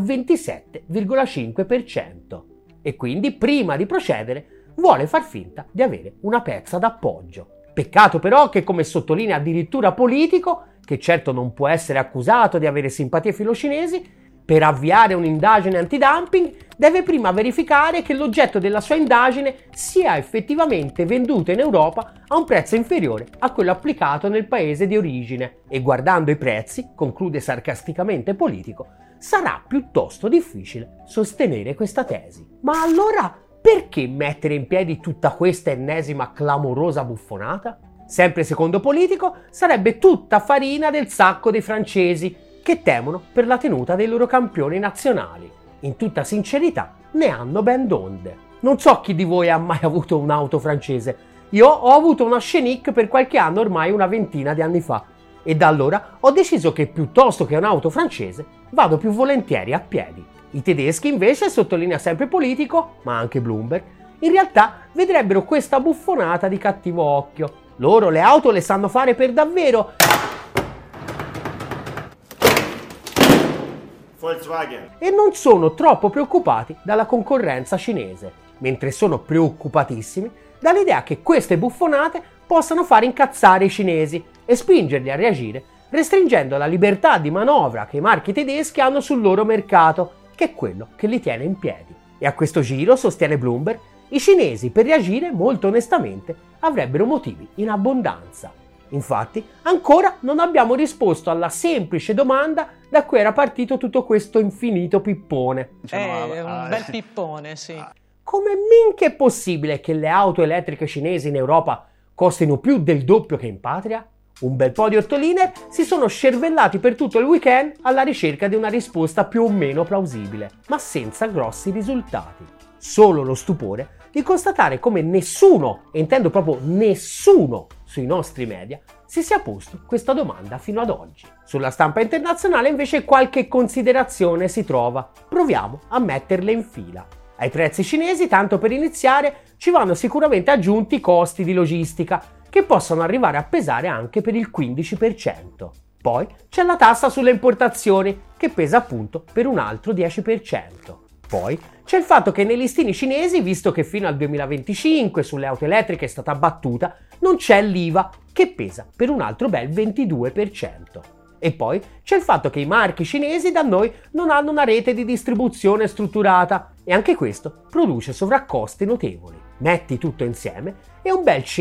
S1: 27,5%. E quindi prima di procedere vuole far finta di avere una pezza d'appoggio. Peccato però che, come sottolinea addirittura Politico, che certo non può essere accusato di avere simpatie filocinesi, per avviare un'indagine antidumping deve prima verificare che l'oggetto della sua indagine sia effettivamente venduto in Europa a un prezzo inferiore a quello applicato nel paese di origine, e guardando i prezzi, conclude sarcasticamente Politico, sarà piuttosto difficile sostenere questa tesi. Ma allora perché mettere in piedi tutta questa ennesima clamorosa buffonata? Sempre secondo Politico, sarebbe tutta farina del sacco dei francesi, che temono per la tenuta dei loro campioni nazionali. In tutta sincerità, ne hanno ben donde. Non so chi di voi ha mai avuto un'auto francese. Io ho avuto una Scénic per qualche anno, ormai una ventina di anni fa, e da allora ho deciso che piuttosto che un'auto francese vado più volentieri a piedi. I tedeschi invece, sottolinea sempre Politico, ma anche Bloomberg, in realtà vedrebbero questa buffonata di cattivo occhio. Loro le auto le sanno fare per davvero.
S6: Volkswagen.
S1: E non sono troppo preoccupati dalla concorrenza cinese, mentre sono preoccupatissimi dall'idea che queste buffonate possano far incazzare i cinesi e spingerli a reagire, restringendo la libertà di manovra che i marchi tedeschi hanno sul loro mercato, che è quello che li tiene in piedi. E a questo giro, sostiene Bloomberg, i cinesi per reagire molto onestamente avrebbero motivi in abbondanza. Infatti, ancora non abbiamo risposto alla semplice domanda da cui era partito tutto questo infinito pippone.
S7: È un bel pippone, sì.
S1: Come minchia è possibile che le auto elettriche cinesi in Europa costino più del doppio che in patria? Un bel po' di Ottoliner si sono scervellati per tutto il weekend alla ricerca di una risposta più o meno plausibile, ma senza grossi risultati. Solo lo stupore di constatare come nessuno, e intendo proprio nessuno, sui nostri media si sia posto questa domanda fino ad oggi. Sulla stampa internazionale invece qualche considerazione si trova. Proviamo a metterle in fila. Ai prezzi cinesi, tanto per iniziare, ci vanno sicuramente aggiunti i costi di logistica, che possono arrivare a pesare anche per il 15%. Poi c'è la tassa sulle importazioni, che pesa appunto per un altro 10%. Poi c'è il fatto che nei listini cinesi, visto che fino al 2025 sulle auto elettriche è stata abbattuta, non c'è l'IVA, che pesa per un altro bel 22%. E poi c'è il fatto che i marchi cinesi da noi non hanno una rete di distribuzione strutturata e anche questo produce sovraccosti notevoli. Metti tutto insieme e un bel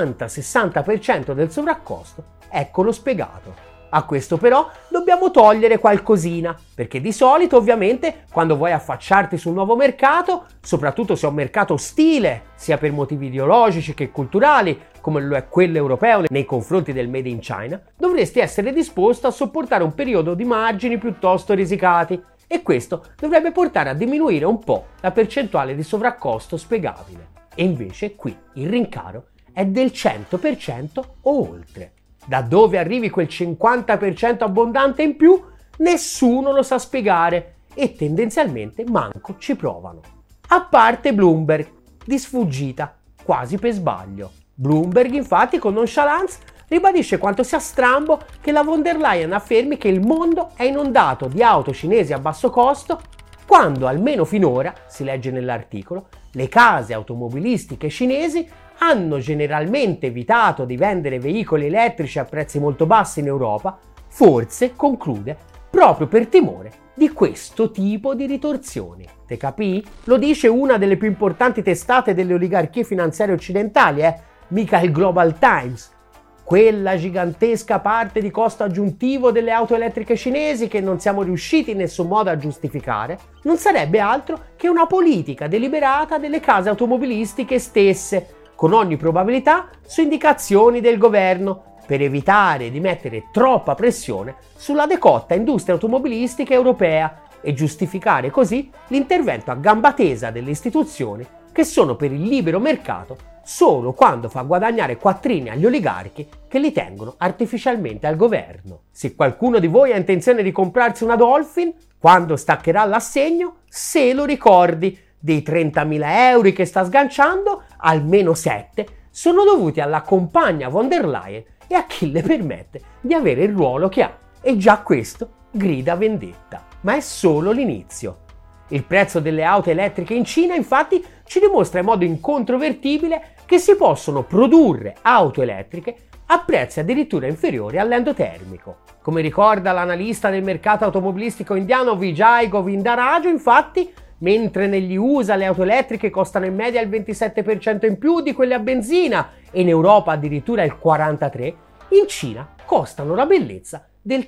S1: 50-60% del sovraccosto, eccolo spiegato. A questo però dobbiamo togliere qualcosina, perché di solito ovviamente quando vuoi affacciarti sul nuovo mercato, soprattutto se è un mercato ostile, sia per motivi ideologici che culturali, come lo è quello europeo nei confronti del Made in China, dovresti essere disposto a sopportare un periodo di margini piuttosto risicati e questo dovrebbe portare a diminuire un po' la percentuale di sovraccosto spiegabile. E invece qui il rincaro è del 100% o oltre. Da dove arrivi quel 50% abbondante in più, nessuno lo sa spiegare e tendenzialmente manco ci provano. A parte Bloomberg, di sfuggita, quasi per sbaglio. Bloomberg infatti con nonchalance ribadisce quanto sia strambo che la von der Leyen affermi che il mondo è inondato di auto cinesi a basso costo, quando almeno finora, si legge nell'articolo, le case automobilistiche cinesi hanno generalmente evitato di vendere veicoli elettrici a prezzi molto bassi in Europa, forse, conclude, proprio per timore di questo tipo di ritorsioni. Te capì? Lo dice una delle più importanti testate delle oligarchie finanziarie occidentali, mica il Global Times. Quella gigantesca parte di costo aggiuntivo delle auto elettriche cinesi che non siamo riusciti in nessun modo a giustificare non sarebbe altro che una politica deliberata delle case automobilistiche stesse, con ogni probabilità su indicazioni del governo, per evitare di mettere troppa pressione sulla decotta industria automobilistica europea e giustificare così l'intervento a gamba tesa delle istituzioni che sono per il libero mercato solo quando fa guadagnare quattrini agli oligarchi che li tengono artificialmente al governo. Se qualcuno di voi ha intenzione di comprarsi una Dolphin, quando staccherà l'assegno, se lo ricordi, dei 30.000 euro che sta sganciando, almeno 7 sono dovuti alla compagna von der Leyen e a chi le permette di avere il ruolo che ha. E già questo grida vendetta. Ma è solo l'inizio. Il prezzo delle auto elettriche in Cina, infatti, ci dimostra in modo incontrovertibile che si possono produrre auto elettriche a prezzi addirittura inferiori all'endotermico. Come ricorda l'analista del mercato automobilistico indiano Vijay Govindarajo, infatti, mentre negli USA le auto elettriche costano in media il 27% in più di quelle a benzina e in Europa addirittura il 43%, in Cina costano la bellezza del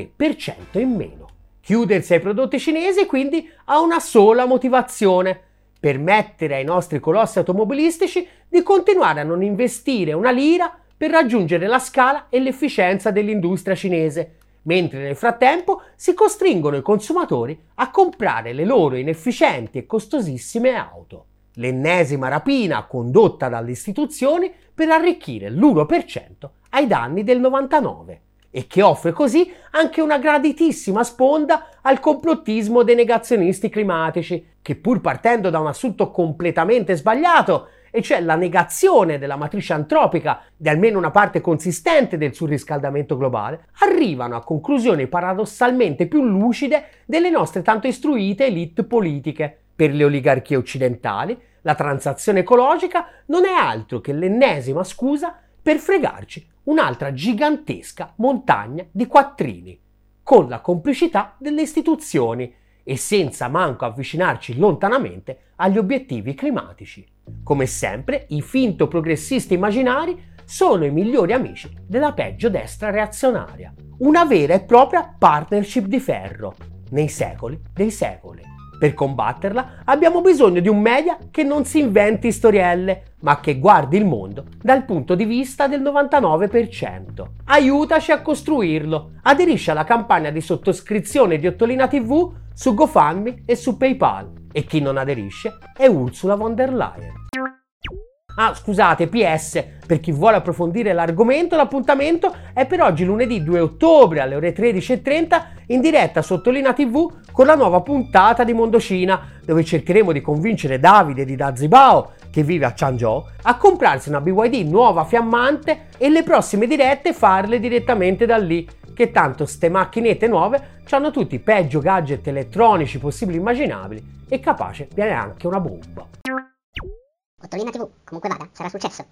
S1: 33% in meno. Chiudersi ai prodotti cinesi quindi ha una sola motivazione: permettere ai nostri colossi automobilistici di continuare a non investire una lira per raggiungere la scala e l'efficienza dell'industria cinese, mentre nel frattempo si costringono i consumatori a comprare le loro inefficienti e costosissime auto. L'ennesima rapina condotta dalle istituzioni per arricchire l'1% ai danni del 99%. e che offre così anche una graditissima sponda al complottismo dei negazionisti climatici, che pur partendo da un assunto completamente sbagliato, e cioè la negazione della matrice antropica di almeno una parte consistente del surriscaldamento globale, arrivano a conclusioni paradossalmente più lucide delle nostre tanto istruite elite politiche. Per le oligarchie occidentali, la transazione ecologica non è altro che l'ennesima scusa per fregarci un'altra gigantesca montagna di quattrini, con la complicità delle istituzioni e senza manco avvicinarci lontanamente agli obiettivi climatici. Come sempre, i finto progressisti immaginari sono i migliori amici della peggio destra reazionaria. Una vera e propria partnership di ferro, nei secoli dei secoli. Per combatterla abbiamo bisogno di un media che non si inventi storielle, ma che guardi il mondo dal punto di vista del 99%. Aiutaci a costruirlo. Aderisci alla campagna di sottoscrizione di Ottolina TV su GoFundMe e su PayPal. E chi non aderisce è Ursula von der Leyen. Ah, scusate, PS, per chi vuole approfondire l'argomento, l'appuntamento è per oggi lunedì 2 ottobre alle ore 13:30 in diretta su Ottolina TV con la nuova puntata di Mondocina, dove cercheremo di convincere Davide di Dazibao, che vive a Changzhou, a comprarsi una BYD nuova fiammante e le prossime dirette farle direttamente da lì, che tanto ste macchinette nuove hanno tutti i peggio gadget elettronici possibili e immaginabili e capace viene anche una bomba.
S3: Ottolina TV, comunque vada, sarà successo.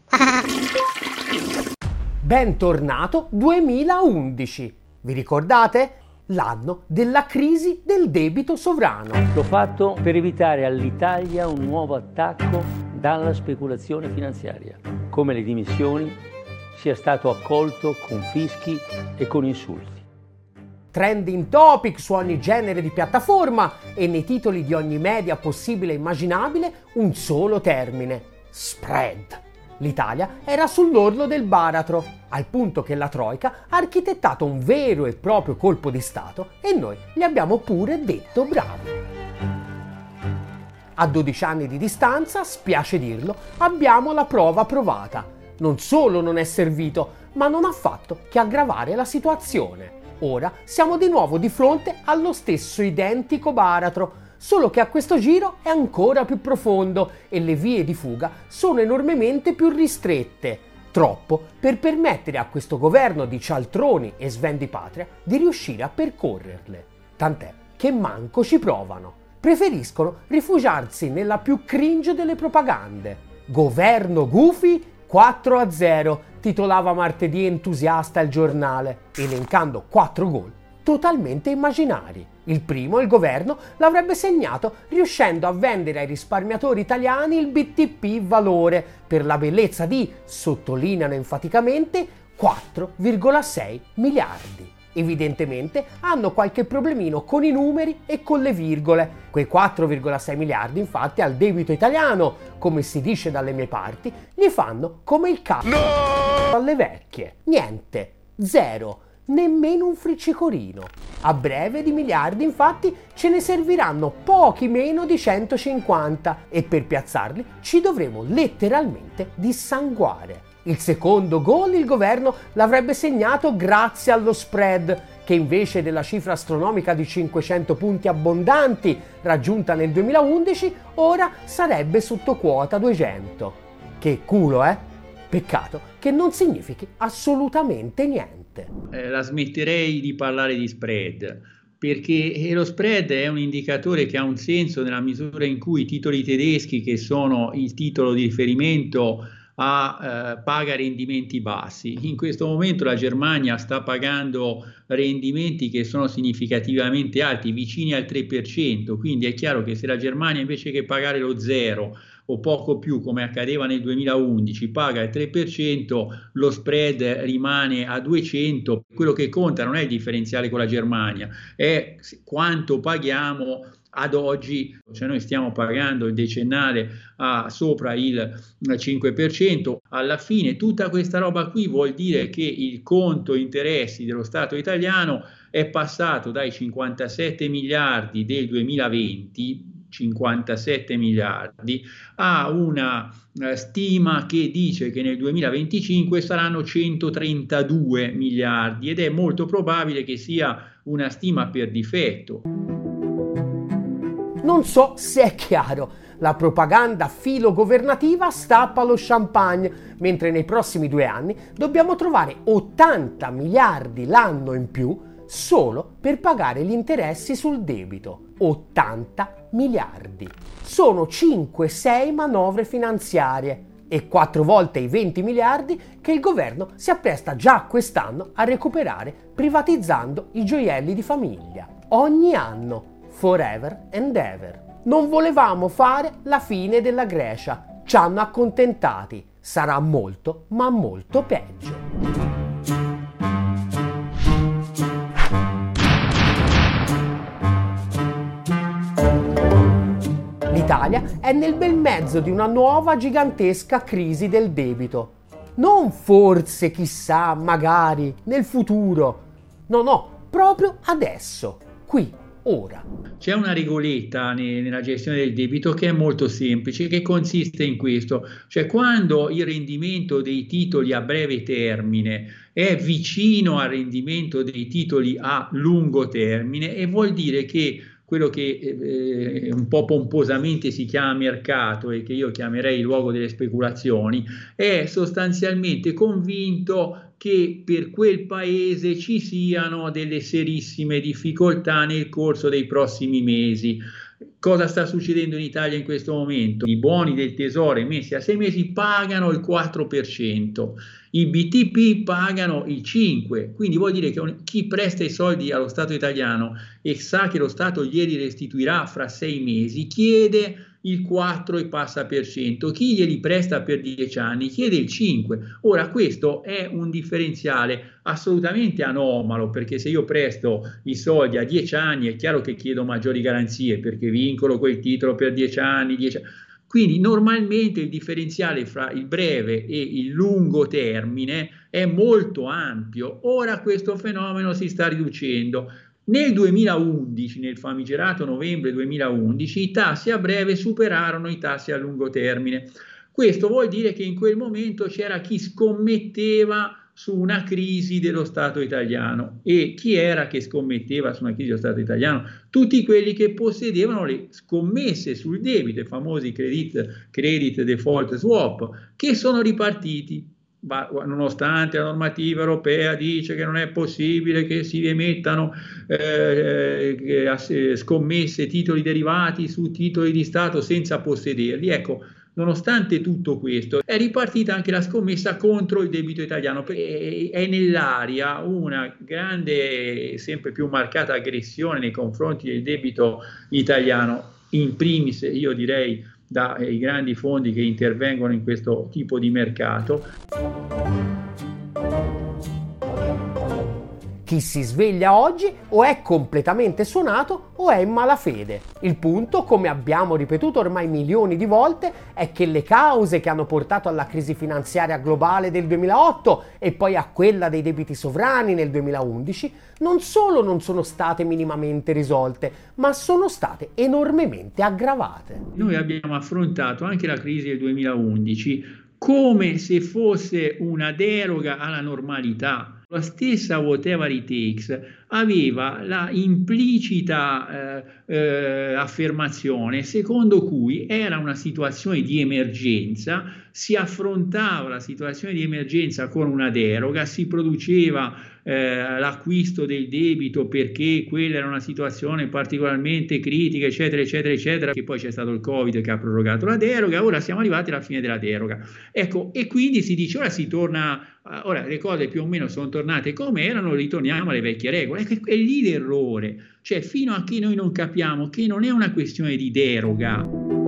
S1: Bentornato 2011. Vi ricordate? L'anno della crisi del debito sovrano.
S6: L'ho fatto per evitare all'Italia un nuovo attacco dalla speculazione finanziaria. Come le dimissioni sia stato accolto con fischi e con insulti.
S1: Trending topic su ogni genere di piattaforma e nei titoli di ogni media possibile e immaginabile un solo termine: spread. L'Italia era sull'orlo del baratro, al punto che la Troika ha architettato un vero e proprio colpo di Stato e noi gli abbiamo pure detto bravo. A 12 anni di distanza, spiace dirlo, abbiamo la prova provata. Non solo non è servito, ma non ha fatto che aggravare la situazione. Ora siamo di nuovo di fronte allo stesso identico baratro, solo che a questo giro è ancora più profondo e le vie di fuga sono enormemente più ristrette, troppo per permettere a questo governo di cialtroni e svendipatria di riuscire a percorrerle. Tant'è che manco ci provano. Preferiscono rifugiarsi nella più cringe delle propagande. Governo Gufi 4-0, titolava martedì entusiasta il giornale, elencando 4 gol totalmente immaginari. Il primo, il governo, l'avrebbe segnato riuscendo a vendere ai risparmiatori italiani il BTP valore per la bellezza di, sottolineano enfaticamente, 4,6 miliardi. Evidentemente hanno qualche problemino con i numeri e con le virgole. Quei 4,6 miliardi infatti al debito italiano, come si dice dalle mie parti, gli fanno come il cazzo alle vecchie. Niente, zero, nemmeno un friccicorino. A breve di miliardi infatti ce ne serviranno pochi meno di 150 e per piazzarli ci dovremo letteralmente dissanguare. Il secondo gol il governo l'avrebbe segnato grazie allo spread, che invece della cifra astronomica di 500 punti abbondanti raggiunta nel 2011, ora sarebbe sotto quota 200. Che culo, eh? Peccato che non significhi assolutamente niente.
S8: La smetterei di parlare di spread, perché lo spread è un indicatore che ha un senso nella misura in cui i titoli tedeschi, che sono il titolo di riferimento, paga rendimenti bassi. In questo momento la Germania sta pagando rendimenti che sono significativamente alti, vicini al 3%, quindi è chiaro che se la Germania invece che pagare lo 0 o poco più come accadeva nel 2011 paga il 3%, lo spread rimane a 200. Quello che conta non è il differenziale con la Germania, è quanto paghiamo ad oggi, cioè noi stiamo pagando il decennale a sopra il 5%, alla fine tutta questa roba qui vuol dire che il conto interessi dello Stato italiano è passato dai 57 miliardi del 2020, 57 miliardi a una stima che dice che nel 2025 saranno 132 miliardi ed è molto probabile che sia una stima per difetto.
S1: Non so se è chiaro, la propaganda filogovernativa stappa lo champagne, mentre nei prossimi 2 anni dobbiamo trovare 80 miliardi l'anno in più solo per pagare gli interessi sul debito. 80 miliardi. Sono 5-6 manovre finanziarie e 4 volte i 20 miliardi che il governo si appresta già quest'anno a recuperare privatizzando i gioielli di famiglia. Ogni anno. Forever and ever. Non volevamo fare la fine della Grecia. Ci hanno accontentati. Sarà molto, ma molto peggio. L'Italia è nel bel mezzo di una nuova gigantesca crisi del debito. Non forse, chissà, magari, nel futuro. No, proprio adesso, qui. Ora.
S8: C'è una regoletta nella gestione del debito che è molto semplice, che consiste in questo, cioè quando il rendimento dei titoli a breve termine è vicino al rendimento dei titoli a lungo termine, e vuol dire che quello che un po' pomposamente si chiama mercato e che io chiamerei il luogo delle speculazioni, è sostanzialmente convinto che per quel paese ci siano delle serissime difficoltà nel corso dei prossimi mesi. Cosa sta succedendo in Italia in questo momento? I buoni del tesoro emessi a 6 mesi pagano il 4%, i BTP pagano il 5%, quindi vuol dire che chi presta i soldi allo Stato italiano e sa che lo Stato glieli restituirà fra 6 mesi, chiede il 4 e passa per cento, chi glieli presta per 10 anni chiede il 5. Ora questo è un differenziale assolutamente anomalo, perché se io presto i soldi a 10 anni è chiaro che chiedo maggiori garanzie perché vincolo quel titolo per 10 anni. Quindi normalmente il differenziale fra il breve e il lungo termine è molto ampio. Ora questo fenomeno si sta riducendo. Nel 2011, nel famigerato novembre 2011, i tassi a breve superarono i tassi a lungo termine. Questo vuol dire che in quel momento c'era chi scommetteva su una crisi dello Stato italiano. E chi era che scommetteva su una crisi dello Stato italiano? Tutti quelli che possedevano le scommesse sul debito, i famosi credit default swap, che sono ripartiti. Nonostante la normativa europea dice che non è possibile che si emettano scommesse, titoli derivati su titoli di Stato senza possederli, ecco, nonostante tutto questo è ripartita anche la scommessa contro il debito italiano. È nell'aria una grande, sempre più marcata aggressione nei confronti del debito italiano, in primis io direi dai grandi fondi che intervengono in questo tipo di mercato.
S1: Chi si sveglia oggi o è completamente suonato o è in malafede. Il punto, come abbiamo ripetuto ormai milioni di volte, è che le cause che hanno portato alla crisi finanziaria globale del 2008 e poi a quella dei debiti sovrani nel 2011 non solo non sono state minimamente risolte, ma sono state enormemente aggravate.
S8: Noi abbiamo affrontato anche la crisi del 2011 come se fosse una deroga alla normalità. La stessa Whatever It Takes aveva la implicita affermazione secondo cui era una situazione di emergenza, si affrontava la situazione di emergenza con una deroga, si produceva l'acquisto del debito perché quella era una situazione particolarmente critica, eccetera, eccetera, eccetera, che poi c'è stato il Covid che ha prorogato la deroga, ora siamo arrivati alla fine della deroga. Ecco, e quindi si dice ora si torna, ora le cose più o meno sono tornate come erano, ritorniamo alle vecchie regole. È lì l'errore, cioè fino a che noi non capiamo che non è una questione di deroga.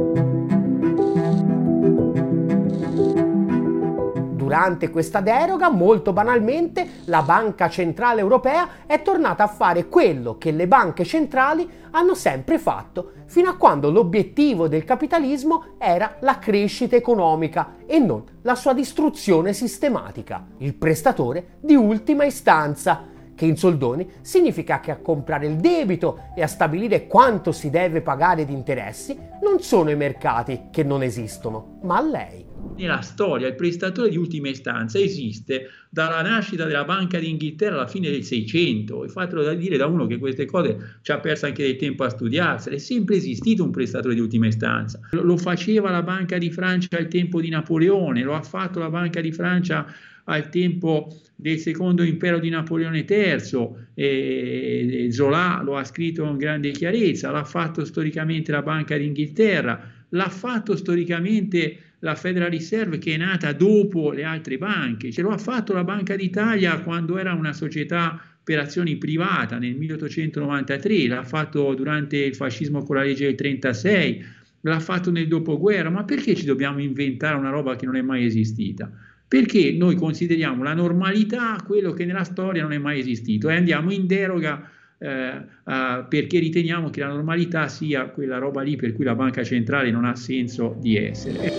S1: Durante questa deroga, molto banalmente, la Banca Centrale Europea è tornata a fare quello che le banche centrali hanno sempre fatto, fino a quando l'obiettivo del capitalismo era la crescita economica e non la sua distruzione sistematica, il prestatore di ultima istanza, che in soldoni significa che a comprare il debito e a stabilire quanto si deve pagare di interessi non sono i mercati che non esistono, ma lei.
S8: Nella storia il prestatore di ultima istanza esiste dalla nascita della Banca d'Inghilterra alla fine del 600, e fatelo da dire da uno che queste cose ci ha perso anche del tempo a studiarsele. È sempre esistito un prestatore di ultima istanza, lo faceva la Banca di Francia al tempo di Napoleone, lo ha fatto la Banca di Francia al tempo del secondo impero di Napoleone III, Zola lo ha scritto con grande chiarezza, l'ha fatto storicamente la Banca d'Inghilterra, l'ha fatto storicamente la Federal Reserve, che è nata dopo le altre banche, ce lo ha fatto la Banca d'Italia quando era una società per azioni privata nel 1893, l'ha fatto durante il fascismo con la legge del 36, l'ha fatto nel dopoguerra. Ma perché ci dobbiamo inventare una roba che non è mai esistita? Perché noi consideriamo la normalità quello che nella storia non è mai esistito e andiamo in deroga perché riteniamo che la normalità sia quella roba lì per cui la banca centrale non ha senso di essere.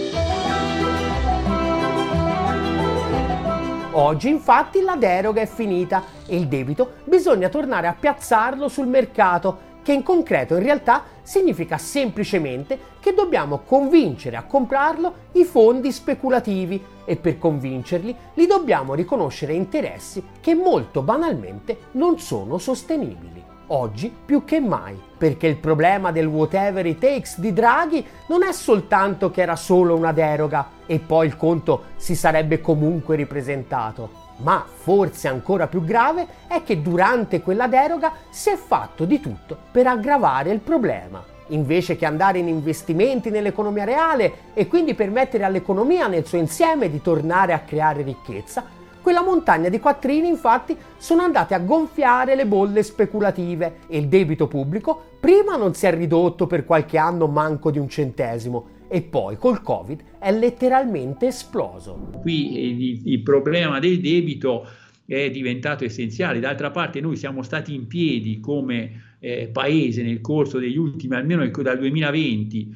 S1: Oggi infatti la deroga è finita e il debito bisogna tornare a piazzarlo sul mercato, che in concreto in realtà significa semplicemente che dobbiamo convincere a comprarlo i fondi speculativi e per convincerli li dobbiamo riconoscere interessi che molto banalmente non sono sostenibili. Oggi più che mai, perché il problema del whatever it takes di Draghi non è soltanto che era solo una deroga e poi il conto si sarebbe comunque ripresentato, ma forse ancora più grave è che durante quella deroga si è fatto di tutto per aggravare il problema. Invece che andare in investimenti nell'economia reale e quindi permettere all'economia nel suo insieme di tornare a creare ricchezza, quella montagna di quattrini infatti sono andate a gonfiare le bolle speculative e il debito pubblico prima non si è ridotto per qualche anno manco di un centesimo e poi col Covid è letteralmente esploso.
S8: Qui il problema del debito è diventato essenziale. D'altra parte noi siamo stati in piedi come paese nel corso degli ultimi, almeno dal 2020,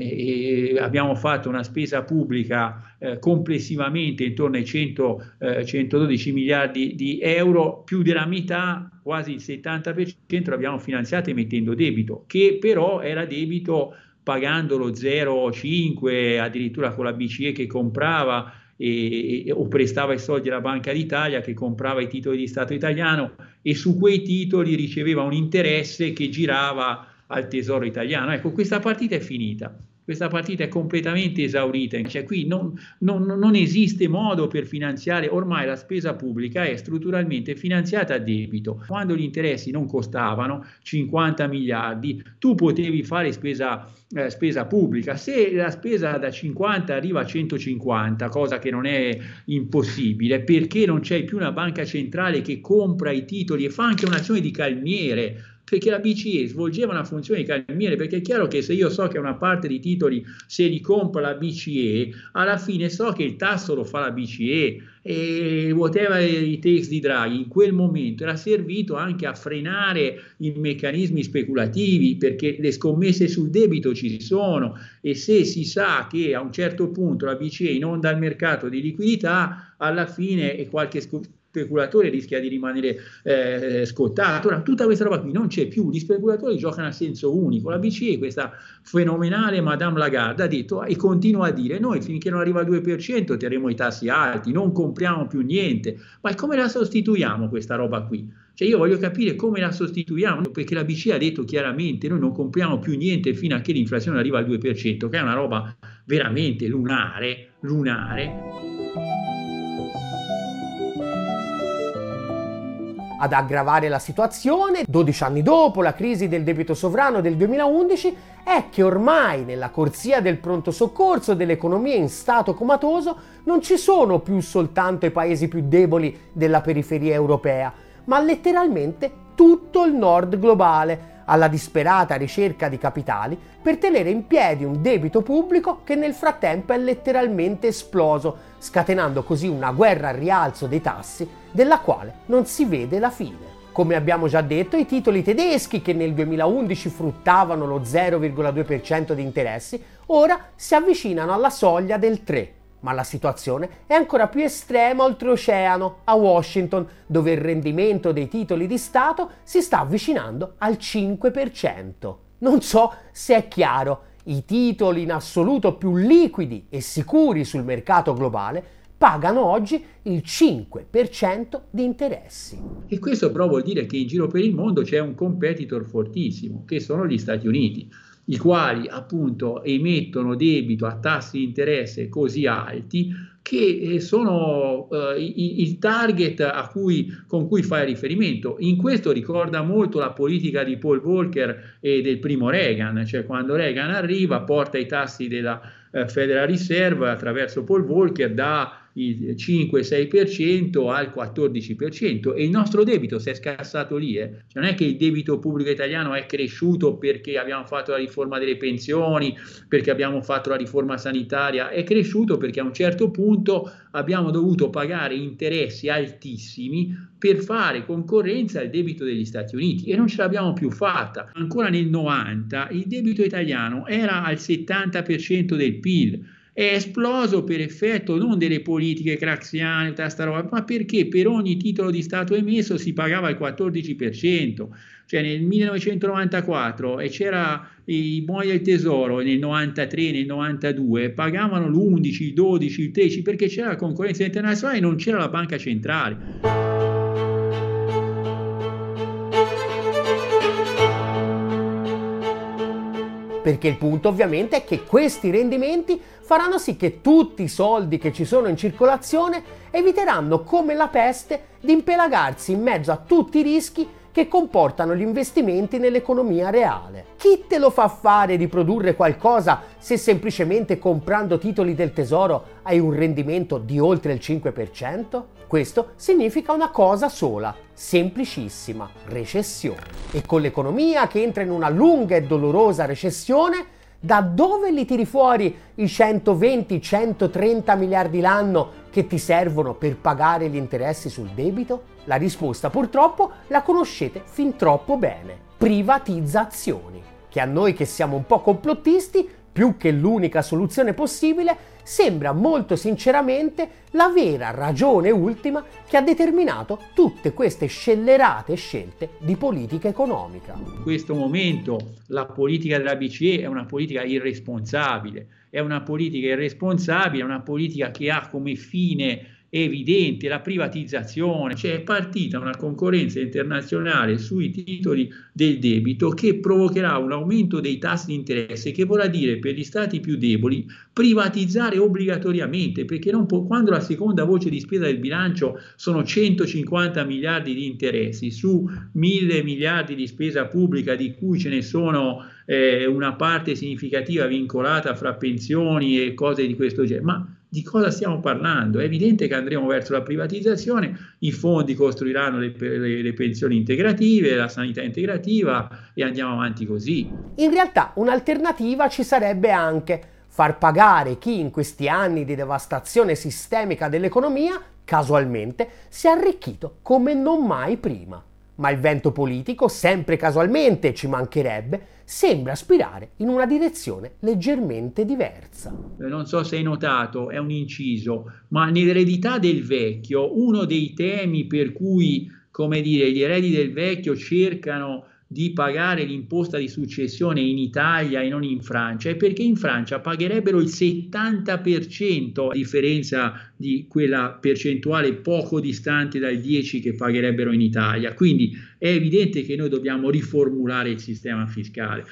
S8: e abbiamo fatto una spesa pubblica complessivamente intorno ai 112 miliardi di euro, più della metà, quasi il 70% l'abbiamo finanziato mettendo debito, che però era debito pagando lo 0,5, addirittura con la BCE che comprava o prestava i soldi alla Banca d'Italia che comprava i titoli di Stato italiano e su quei titoli riceveva un interesse che girava al Tesoro italiano. Ecco, questa partita è finita. Questa partita è completamente esaurita, cioè qui non esiste modo per finanziare, ormai la spesa pubblica è strutturalmente finanziata a debito. Quando gli interessi non costavano 50 miliardi, tu potevi fare spesa pubblica. Se la spesa da 50 arriva a 150, cosa che non è impossibile, perché non c'è più una banca centrale che compra i titoli e fa anche un'azione di calmiere, perché la BCE svolgeva una funzione di calmiere, perché è chiaro che se io so che una parte di titoli se li compra la BCE, alla fine so che il tasso lo fa la BCE e whatever it takes di Draghi in quel momento era servito anche a frenare i meccanismi speculativi, perché le scommesse sul debito ci sono e se si sa che a un certo punto la BCE inonda il mercato di liquidità, alla fine è qualche speculatore rischia di rimanere scottato. Ora tutta questa roba qui non c'è più, gli speculatori giocano a senso unico. La BCE, questa fenomenale Madame Lagarde, ha detto e continua a dire: noi finché non arriva al 2% terremo i tassi alti, non compriamo più niente. Ma come la sostituiamo questa roba qui? Cioè io voglio capire come la sostituiamo, perché la BCE ha detto chiaramente: noi non compriamo più niente fino a che l'inflazione arriva al 2%, che è una roba veramente lunare.
S1: Ad aggravare la situazione, 12 anni dopo la crisi del debito sovrano del 2011, è che ormai nella corsia del pronto soccorso dell'economia in stato comatoso non ci sono più soltanto i paesi più deboli della periferia europea, ma letteralmente tutto il nord globale, alla disperata ricerca di capitali per tenere in piedi un debito pubblico che nel frattempo è letteralmente esploso, scatenando così una guerra al rialzo dei tassi della quale non si vede la fine. Come abbiamo già detto, i titoli tedeschi, che nel 2011 fruttavano lo 0,2% di interessi, ora si avvicinano alla soglia del 3%. Ma la situazione è ancora più estrema oltreoceano, a Washington, dove il rendimento dei titoli di Stato si sta avvicinando al 5%. Non so se è chiaro, i titoli in assoluto più liquidi e sicuri sul mercato globale pagano oggi il 5% di interessi.
S8: E questo però vuol dire che in giro per il mondo c'è un competitor fortissimo, che sono gli Stati Uniti, i quali appunto emettono debito a tassi di interesse così alti che sono il target con cui fai riferimento. In questo ricorda molto la politica di Paul Volcker e del primo Reagan, cioè quando Reagan arriva porta i tassi della Federal Reserve attraverso Paul Volcker da il 5-6% al 14% e il nostro debito si è scassato lì. Cioè non è che il debito pubblico italiano è cresciuto perché abbiamo fatto la riforma delle pensioni, perché abbiamo fatto la riforma sanitaria, è cresciuto perché a un certo punto abbiamo dovuto pagare interessi altissimi per fare concorrenza al debito degli Stati Uniti e non ce l'abbiamo più fatta. Ancora nel 90 il debito italiano era al 70% del PIL. È esploso per effetto non delle politiche craxiane, ma perché per ogni titolo di Stato emesso si pagava il 14%. Cioè nel 1994 e c'era i buoni del tesoro nel 93, nel 92 pagavano l'11, il 12, il 13 perché c'era la concorrenza internazionale e non c'era la banca centrale.
S1: Perché il punto ovviamente è che questi rendimenti faranno sì che tutti i soldi che ci sono in circolazione eviteranno come la peste di impelagarsi in mezzo a tutti i rischi che comportano gli investimenti nell'economia reale. Chi te lo fa fare di produrre qualcosa se semplicemente comprando titoli del tesoro hai un rendimento di oltre il 5%? Questo significa una cosa sola, semplicissima, recessione. E con l'economia che entra in una lunga e dolorosa recessione, da dove li tiri fuori i 120-130 miliardi l'anno che ti servono per pagare gli interessi sul debito? La risposta purtroppo la conoscete fin troppo bene. Privatizzazioni, che a noi che siamo un po' complottisti, più che l'unica soluzione possibile, sembra molto sinceramente la vera ragione ultima che ha determinato tutte queste scellerate scelte di politica economica.
S8: In questo momento la politica della BCE è una politica irresponsabile, è una politica che ha come fine evidente la privatizzazione, cioè è partita una concorrenza internazionale sui titoli del debito che provocherà un aumento dei tassi di interesse, che vorrà dire per gli stati più deboli privatizzare obbligatoriamente, perché non può, quando la seconda voce di spesa del bilancio sono 150 miliardi di interessi su 1.000 miliardi di spesa pubblica, di cui ce ne sono una parte significativa vincolata fra pensioni e cose di questo genere, ma di cosa stiamo parlando? È evidente che andremo verso la privatizzazione, i fondi costruiranno le pensioni integrative, la sanità integrativa e andiamo avanti così.
S1: In realtà un'alternativa ci sarebbe anche: far pagare chi in questi anni di devastazione sistemica dell'economia casualmente si è arricchito come non mai prima. Ma il vento politico, sempre casualmente, ci mancherebbe, sembra aspirare in una direzione leggermente diversa.
S8: Non so se hai notato, è un inciso, ma nell'eredità del vecchio, uno dei temi per cui, come dire, gli eredi del vecchio cercano di pagare l'imposta di successione in Italia e non in Francia, è perché in Francia pagherebbero il 70%, a differenza di quella percentuale poco distante dal 10% che pagherebbero in Italia. Quindi è evidente che noi dobbiamo riformulare il sistema fiscale,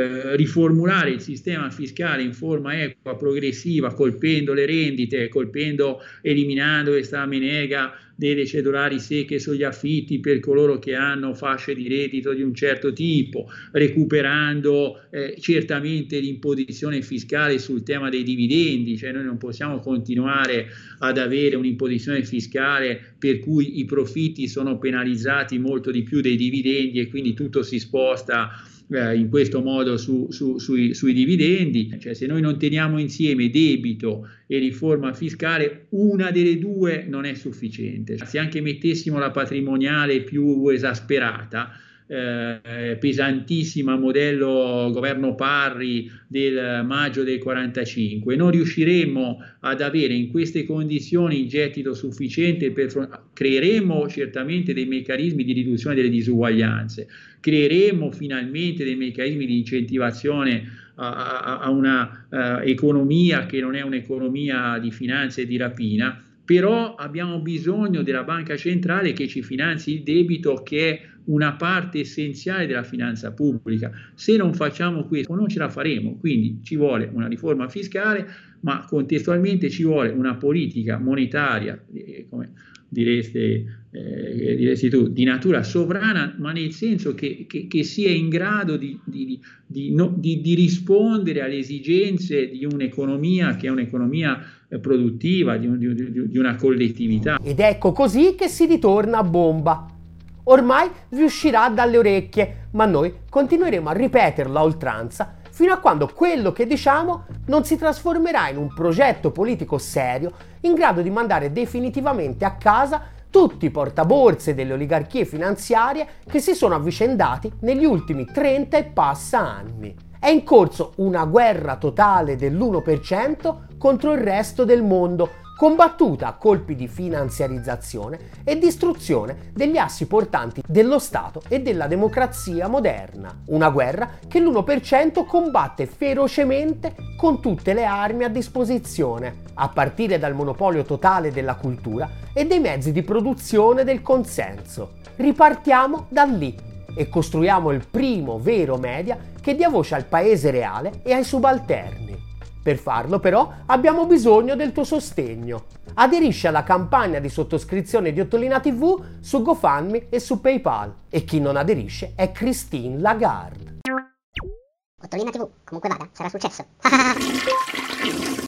S8: in forma equa, progressiva, colpendo le rendite, eliminando questa menega delle cedolari secche sugli affitti per coloro che hanno fasce di reddito di un certo tipo, recuperando certamente l'imposizione fiscale sul tema dei dividendi, cioè noi non possiamo continuare ad avere un'imposizione fiscale per cui i profitti sono penalizzati molto di più dei dividendi e quindi tutto si sposta in questo modo sui dividendi. Cioè, se noi non teniamo insieme debito e riforma fiscale, una delle due non è sufficiente. Se anche mettessimo la patrimoniale più esasperata, pesantissima modello governo Parri del maggio del 45. Non riusciremo ad avere in queste condizioni il gettito sufficiente creeremo certamente dei meccanismi di riduzione delle disuguaglianze, creeremo finalmente dei meccanismi di incentivazione a una economia che non è un'economia di finanza e di rapina, però abbiamo bisogno della banca centrale che ci finanzi il debito, che è una parte essenziale della finanza pubblica. Se non facciamo questo non ce la faremo, quindi ci vuole una riforma fiscale, ma contestualmente ci vuole una politica monetaria, come diresti tu, di natura sovrana, ma nel senso che sia in grado di rispondere alle esigenze di un'economia che è un'economia produttiva, di una collettività.
S1: Ed ecco così che si ritorna a bomba. Ormai vi uscirà dalle orecchie, ma noi continueremo a ripeterlo a oltranza fino a quando quello che diciamo non si trasformerà in un progetto politico serio in grado di mandare definitivamente a casa tutti i portaborse delle oligarchie finanziarie che si sono avvicendati negli ultimi 30 e passa anni. È in corso una guerra totale dell'1% contro il resto del mondo, combattuta a colpi di finanziarizzazione e distruzione degli assi portanti dello Stato e della democrazia moderna. Una guerra che l'1% combatte ferocemente con tutte le armi a disposizione, a partire dal monopolio totale della cultura e dei mezzi di produzione del consenso. Ripartiamo da lì e costruiamo il primo vero media che dia voce al paese reale e ai subalterni. Per farlo però abbiamo bisogno del tuo sostegno. Aderisci alla campagna di sottoscrizione di Ottolina TV su GoFundMe e su PayPal. E chi non aderisce è Christine Lagarde.
S3: Ottolina TV, comunque vada, sarà successo.